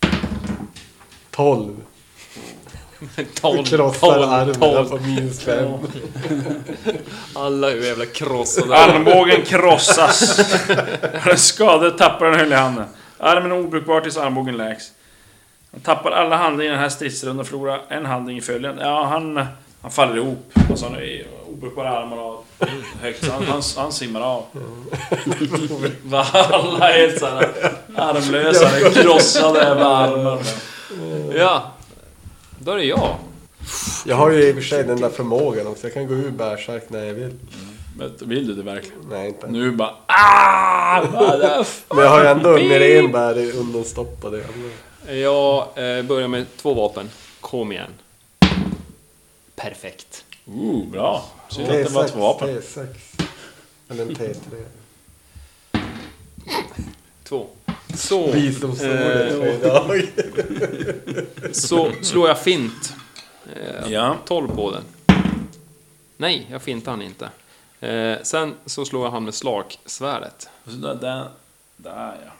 12. 12. Krossar armen på -5. Alla är ju jävla krossade. Armbågen krossas. Skador tappar den höll i handen. Armen är obrukbar tills armbågen läks. Han tappar alla handlingar i den här stridsrundan och förlorar en handling i följen. Ja, han faller ihop. Alltså han är obrukbara armar och högt. Han simmar av. Alla är så här armlösa, krossade över armarna. Ja, då är det jag. Jag har ju i och för sig den där förmågan också. Jag kan gå ur bärsärk när jag vill. Men vill du det verkligen? Nej, inte. Nu bara... Men jag har ju ändå med en bär undanstoppade. Jag börjar med 2 vapen. Kom igen. Perfekt. Bra. Synd att det var 2 vapen. T6. Eller en T3. 2. Så, Visdomsordet idag. så slår jag fint. Ja. 12 på den. Nej, jag fintar han inte. Sen så slår jag han med slagsvärdet. Så där, Där ja.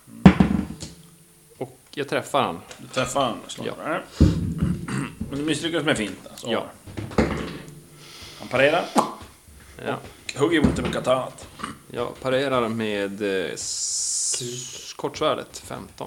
Och jag träffar han. Du träffar han och slår. Ja. Där. Men du misslyckas med finten. Så. Ja. Han parerar. Ja. Hugger mot med katanat. Jag parerar med kortsvärdet 15.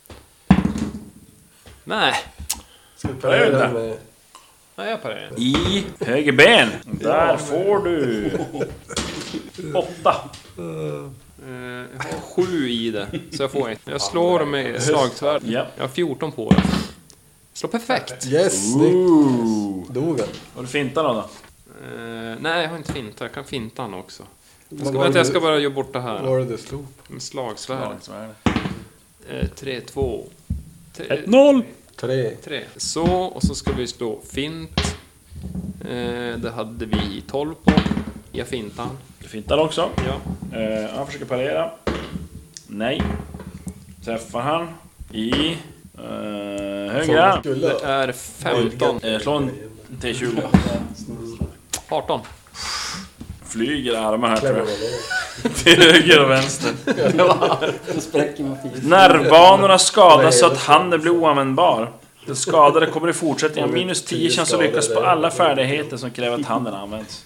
Nej. Ska vi Vad är det parera där? med... Nej, jag parerar. I höger ben. Där får du 8. Jag har 7 i det. Så jag får 1. Jag slår med slagsvärd. Ja. Jag har 14 på det. Slår perfekt. Yes, snyggt. Dog han? Och du fintar då? Nej, jag har inte fintat. Jag kan finta han också. Vad Jag ska bara göra bort det här. Vad var det du slog? Med slagsvärd. 3, 2... 1-0. 3. Så, och så ska vi slå fint. Det hade vi 12 på. Jag fintar han. Du fintar också. Ja. Han försöker parera. Nej. Träffar han i högra. Det är 15. Slå en T20. 18. Flyger armar här tror jag. Till höger och vänster. Då spräcker man fint. Nervbanorna skadas så att handen blir oanvändbar. Den skadade kommer i fortsättningen minus 10 chans att lyckas på alla färdigheter som kräver att handen används.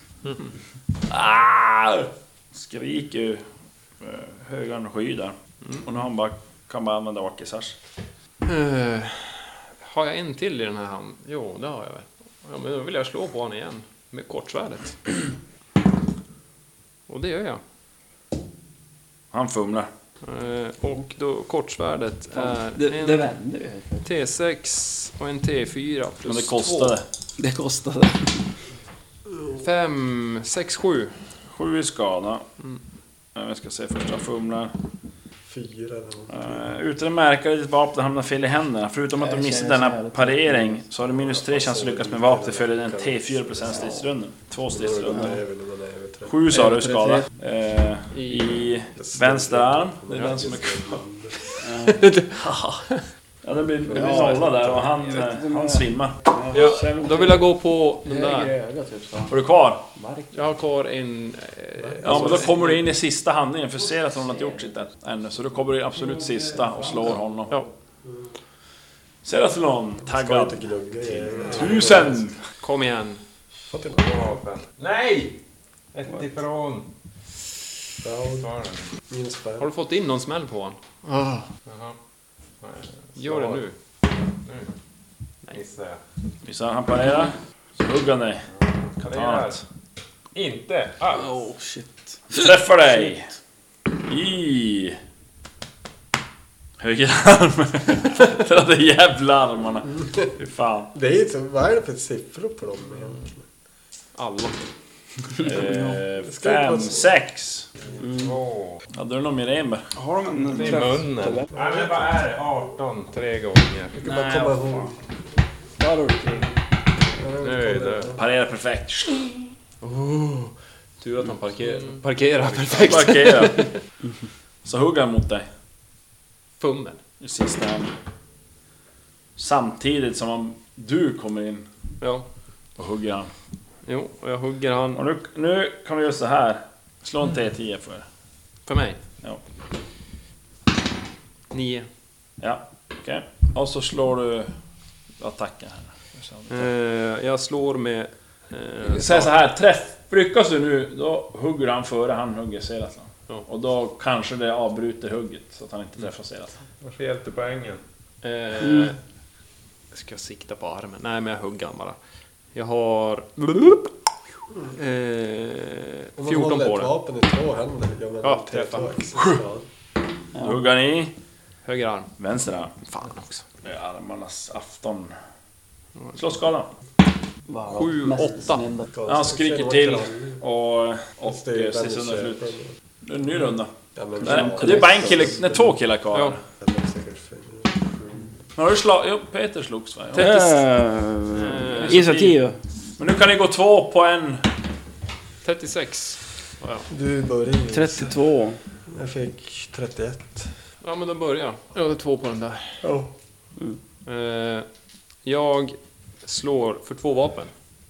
Skrik ju högern sky där. Och nu han bara, kan bara använda Akisars. Har jag en till i den här hand? Jo, det har jag väl. Ja, men då vill jag slå på honom igen. Med kortsvärdet. Och det gör jag. Han fumlar. Och då kortsvärdet är Det en vänder ju. T6 och en T4 plus Men det kostade. Det kostade. 5, 6, 7. 7 i skada. Jag ska se först, han fumlar. 4 eller något. Utan att märka att ditt vapen hamnar fel i händerna. Förutom att du missar denna parering så har du minus 3 chans att lyckas med vapnet för en T4% stridsrunden. 2 stridsrunder. 7 sa du skada. I vänster arm. Det är den som är kvar. Ja, det blir nolla där och han svimmar. Ja, då vill jag gå på den där. Öga, typ, så. Har du kvar? Jag har kvar en... Ja, men då kommer du in i sista handlingen för ser att hon har inte gjort sitt ännu. Så då kommer du in absolut sista och slår honom. Ja. Seratlon, taggad. Inte gnugga i 1000! Kom igen. Fått en Nej! Ett ifrån. minus 5. Har du fått in någon smäll på honom? Jaha. Gör det nu. Gissar jag. Visst han parerar? Så hugger han dig. Parerar. Inte alls. Oh shit. Träffar dig! I... höger arm. Det är jävla armarna. Fy fan. Det är inte, vad är det för siffror på dem egentligen? Alla. 5, 6. Två. Hade du någon mer Ember? Har de en I träff? munnen. Nej, men vad är det? 18 3 gånger. Jag kan bara komma ihåg. Där har du krig. Nej, det. Parerar perfekt. Tur att han parkerar perfekt. Parkerar. Så hugger han mot dig. Fummel. I sista hand. Samtidigt som du kommer in Ja. och hugger han. Jo, och jag hugger han Och nu kan vi göra så här. Slå en T10 för mig. Ja. 9. Ja, okej. Och så slår du attacken här. Jag slår med... Säg så här, lyckas du nu, då hugger han före han hugger Seratlon. Ja. Och då kanske det avbryter hugget så att han inte träffar Seratlon. Varför hjälpte poängen? Ska jag sikta på armen? Nej, men jag hugger han bara. Jag har... 14 på ett det. vapen i 2 händer. Ja, träffa. Hugger han i Höger arm. vänster arm. Fan också. Det är armarnas afton. Slå skala. 7, 8. Han skriker till och sista under slut. Det är en ny runda. Ja, men Det är bara en kille, nej 2 killar kvar. Ja. Men har du jo, Peter slogs va? Initiativ. Men nu kan ni gå 2 på en. 36. Ja. Du börjar. 32. Jag fick 31. Ja, men då börjar jag. Jag har 2 på den där. Ja. Jag slår för 2 vapen.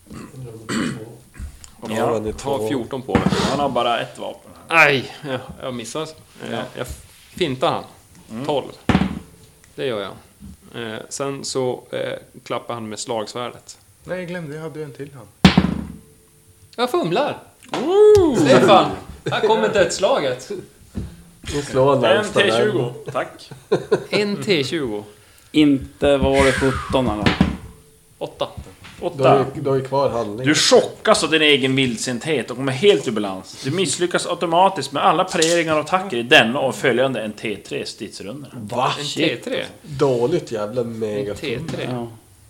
Ja, Jag har 14 på det. Han har bara ett vapen. Nej, jag missar. Ja. Jag fintar han. 12. Det gör jag. Sen så klappar han med slagsvärdet. Nej, jag glömde. Jag hade ju en till han. Jag fumlar! Stefan! Här kommer dödslaget. Nu slår han En närmsta T20. Tack. En T20. Inte, vad var det, 17 eller? 8. 8. Du har ju kvar handling. Du chockas av din egen vildsinthet och kommer helt ur balans. Du misslyckas automatiskt med alla pareringar och attacker i denna och följande en T3 stridsrunda. Va? En T3. Dåligt jävla En mega. T3. Ja.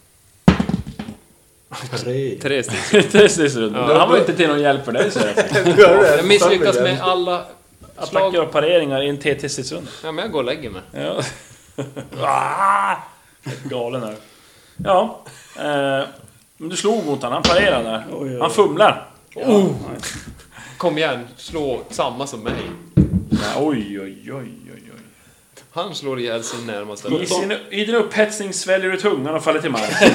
3. 3 stycken. T3 stridsrunda. Han var inte till någon hjälp för dig, så Jag misslyckas med alla attacker slag. och pareringar i en T3 stridsrunda. Ja, men jag går och lägger mig. Ja. Galen här. Ja. Men du slog mot honom, han parerade där. Han fumlar. Kom igen, slå samma som mig. Oj, oj, oj, oj, oj. Han slår ihjäl sin närmaste. I din upphetsning sväljer du tungan och faller till marken.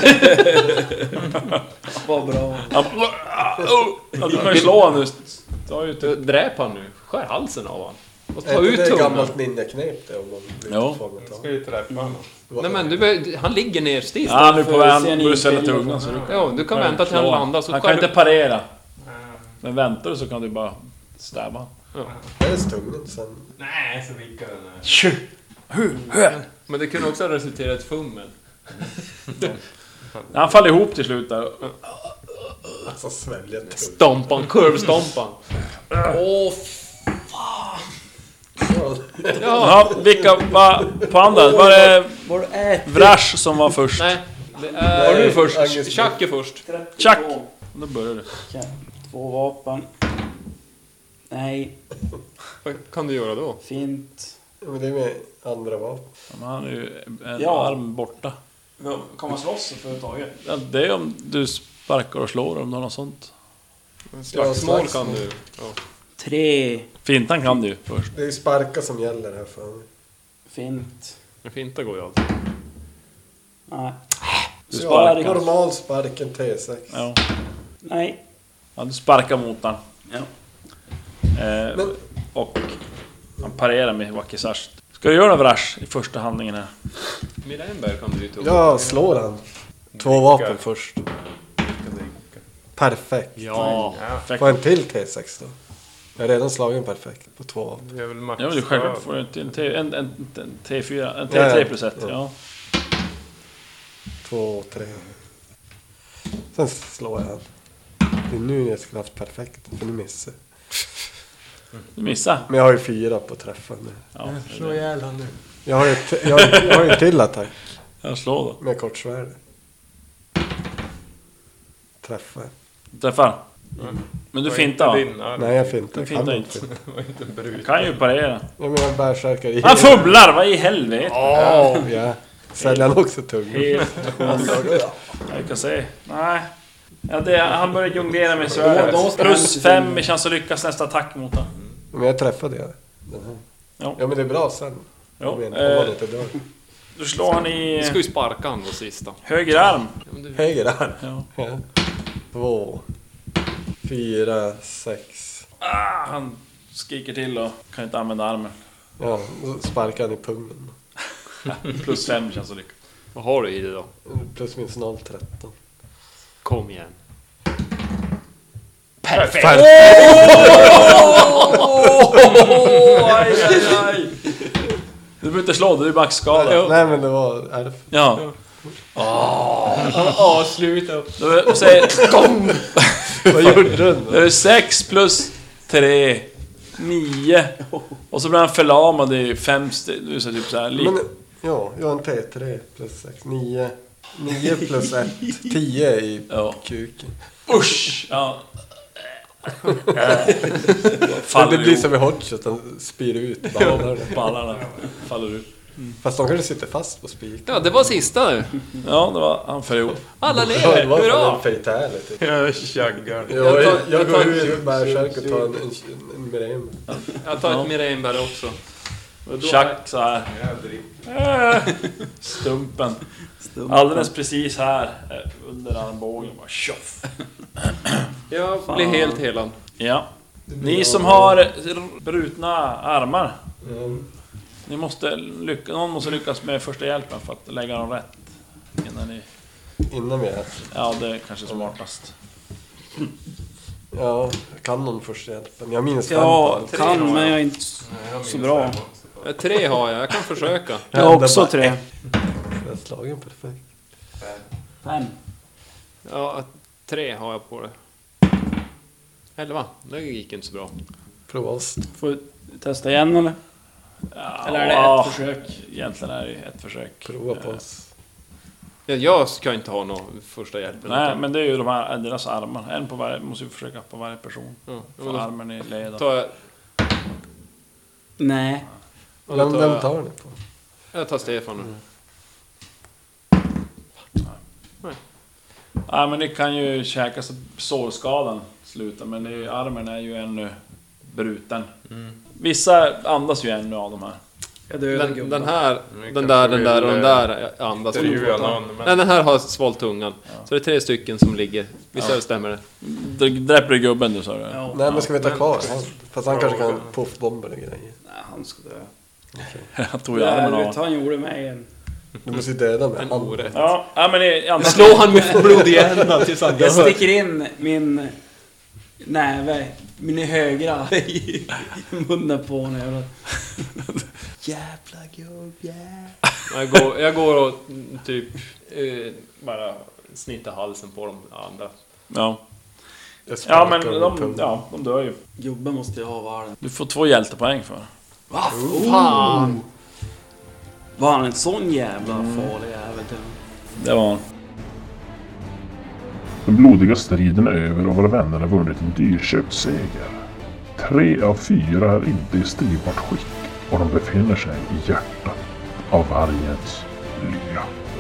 Vad bra. Ja, du kan ju slå honom nu. Dräp han nu. Skär halsen av han. Och ta Är ut inte det tungan. gammalt ninjaknep det om man blir Jo. fångat av? Ska ju träffa honom. Nej men han ligger ner still. Ja, han är på väg. Han Ser ni börjar svälja inte tungan. Så Ja, du kan vänta till han landar så han skär kan du- inte parera. Men väntar du så kan du bara stäbba. Är det stungen sen? Nej, så vickar den här. Men det kunde också ha resulterat i ett fummel. Han faller ihop till slut där. Alltså svälja tungan. Stompan, kurvstompan. Åh, ja. Ja, vilka var på andra? Var det Var du ätit? Vrash som var först? Nej, det är... Nej, du först. Agnes. Chuck är först. Chuck! Då börjar du. Okej. 2 vapen. Nej, Vad kan du göra då? fint. Ja, men det är med andra vapen. Men han är ju en Ja. arm borta. Kan man slåss överhuvudtaget? Ja, det är om du sparkar och slår om du har något sånt. Slagsmål kan du. Ja. 3. Fintan kan du ju först. Det är ju sparka som gäller här för mig. Fint. Men finta går ju alltid. Nej. Du Ja, sparkar. normal spark, en T6. Ja. Nej. Ja, du sparkar mot han. Ja. Men- Och han parerar med Wakizash. Ska du göra Vrash i första handlingen här? Mirrenberg kan du ju ta upp. Ja, slår han. 2 vapen först. Perfekt. Ja. Får en till T6 då? Jag har redan slagit en perfekt på 2 vapen. Det är väl max. Ja, men du självklart får du en T4, en Ja, T3 ja. plus 1. Ja. 2, 3. Sen slår jag han. Det är nu jag skulle haft perfekt, för nu missar jag. Du missar. Men jag har ju 4 på träffen nu. Ja, Slå ihjäl han nu. Jag har ju jag har ju en till attack jag slår då. med kortsvärde. Träffar. Träffar. Men du fintar va? Nej, jag fintar. Du fintar inte. Det var inte brut. Du kan ju parera. Ja, men jag bärsärkar i. Han fumlar! Vad i helvete? Ja. Säljer han också tungan? Helt jag kan se. Nej. Ja, han börjar jonglera med svärdet. Plus 5 i chans att lyckas nästa attack mot honom. Men jag träffade jag. Den här. Ja. Ja, men det är bra sen. Jo, Jag menar, om man inte dör. du slår han Du i ska ju sparka han då sista. höger arm. Ja, men du... Höger arm. Ja. Ja. 2, 4, 6. Han skriker till och kan inte använda armen. Ja, så sparkar han i pungen. Plus 5 känns att lyckas. Vad har du i det då? Plus minus 0, 13. Kom igen. Perfekt! Aj, aj, aj. Du behöver inte slå, du är maxskadad. Nej, men det var ärf. Ja. Sluta. Då säger... Vad gjorde den då? Det är 6 plus 3 9. Och så blir han förlamad i 5 steg. Du är så typ så här Men, ja, jag har en T3 plus 6. 9. 9 plus 1. 10 i Ja. kuken. Usch! Ja. Men det blir som i Hotshot, den spyr ut ballarna. Ballarna faller ut. Fast de kanske sitter fast på spiken. Ja, det var sista nu. Ja, det var han för ihop. Alla Det lever, var hurra! en fatality. Jag tjaggar. Jag går ut bärsärk och tar en Mirem. Jag tar ett Mirrenberg också. Chuck så här. Stumpen. Alldeles precis här under armbågen. Bara tjoff. Jag blir helt helad. Ja. Ni som har brutna armar. Ni måste någon måste lyckas med första hjälpen för att lägga dem rätt innan ni... Innan vi äter. Ja, det är kanske smartast. Ja, jag kan någon första hjälpen. Jag minns 5 Ja, på. kan, men jag är inte så bra. 3 har jag kan försöka. Jag har också 3. Jag är slagen perfekt. 5. Ja, 3 har jag på det. 11, det gick inte så bra. Prova oss. Får vi testa igen eller? Ja, Eller är det ett försök? Egentligen är det ett försök. Prova på oss. Ja, jag ska inte ha någon första hjälp. Nej, men det är ju de här deras armar. En på varje, måste ju försöka på varje person. Ja, Få armen i led. tar jag, Nej. Vem tar ni på? jag tar Stefan nu. Ja, men det kan ju käka så sårskadan slutar, men det är ju, armen är ju ännu bruten. Vissa andas ju ännu av de här. Den här, den där och den där andas. Nej, den här har svalt tungan. Så det är 3 stycken som ligger. Visst stämmer det? Dräper du gubben du, sa du? Ja. Nej, men ska vi ta kvar han? Fast han kanske kan puffbomber och grejer. Nej, han ska dö. Jag tog ju armen av. Han gjorde mig en... Du måste ju döda med En hand. orätt. Ja, men det Slå han med blod i händerna tills han Jag dör. sticker in min näve, min högra i munnen på honom. Jävla gubb, Jag går och typ bara snittar halsen på de andra. Ja. Jag Ja, sparkar men med de pungen. dör ju. Gubben måste jag ha världen. Du får 2 hjältepoäng för. Fan! Var han en sån jävla farlig jävel till? Det var... Den blodiga striden är över och våra vänner har vunnit en dyrköpt seger. 3 av 4 är inte i stridbart skick och de befinner sig i hjärtat av vargens lya.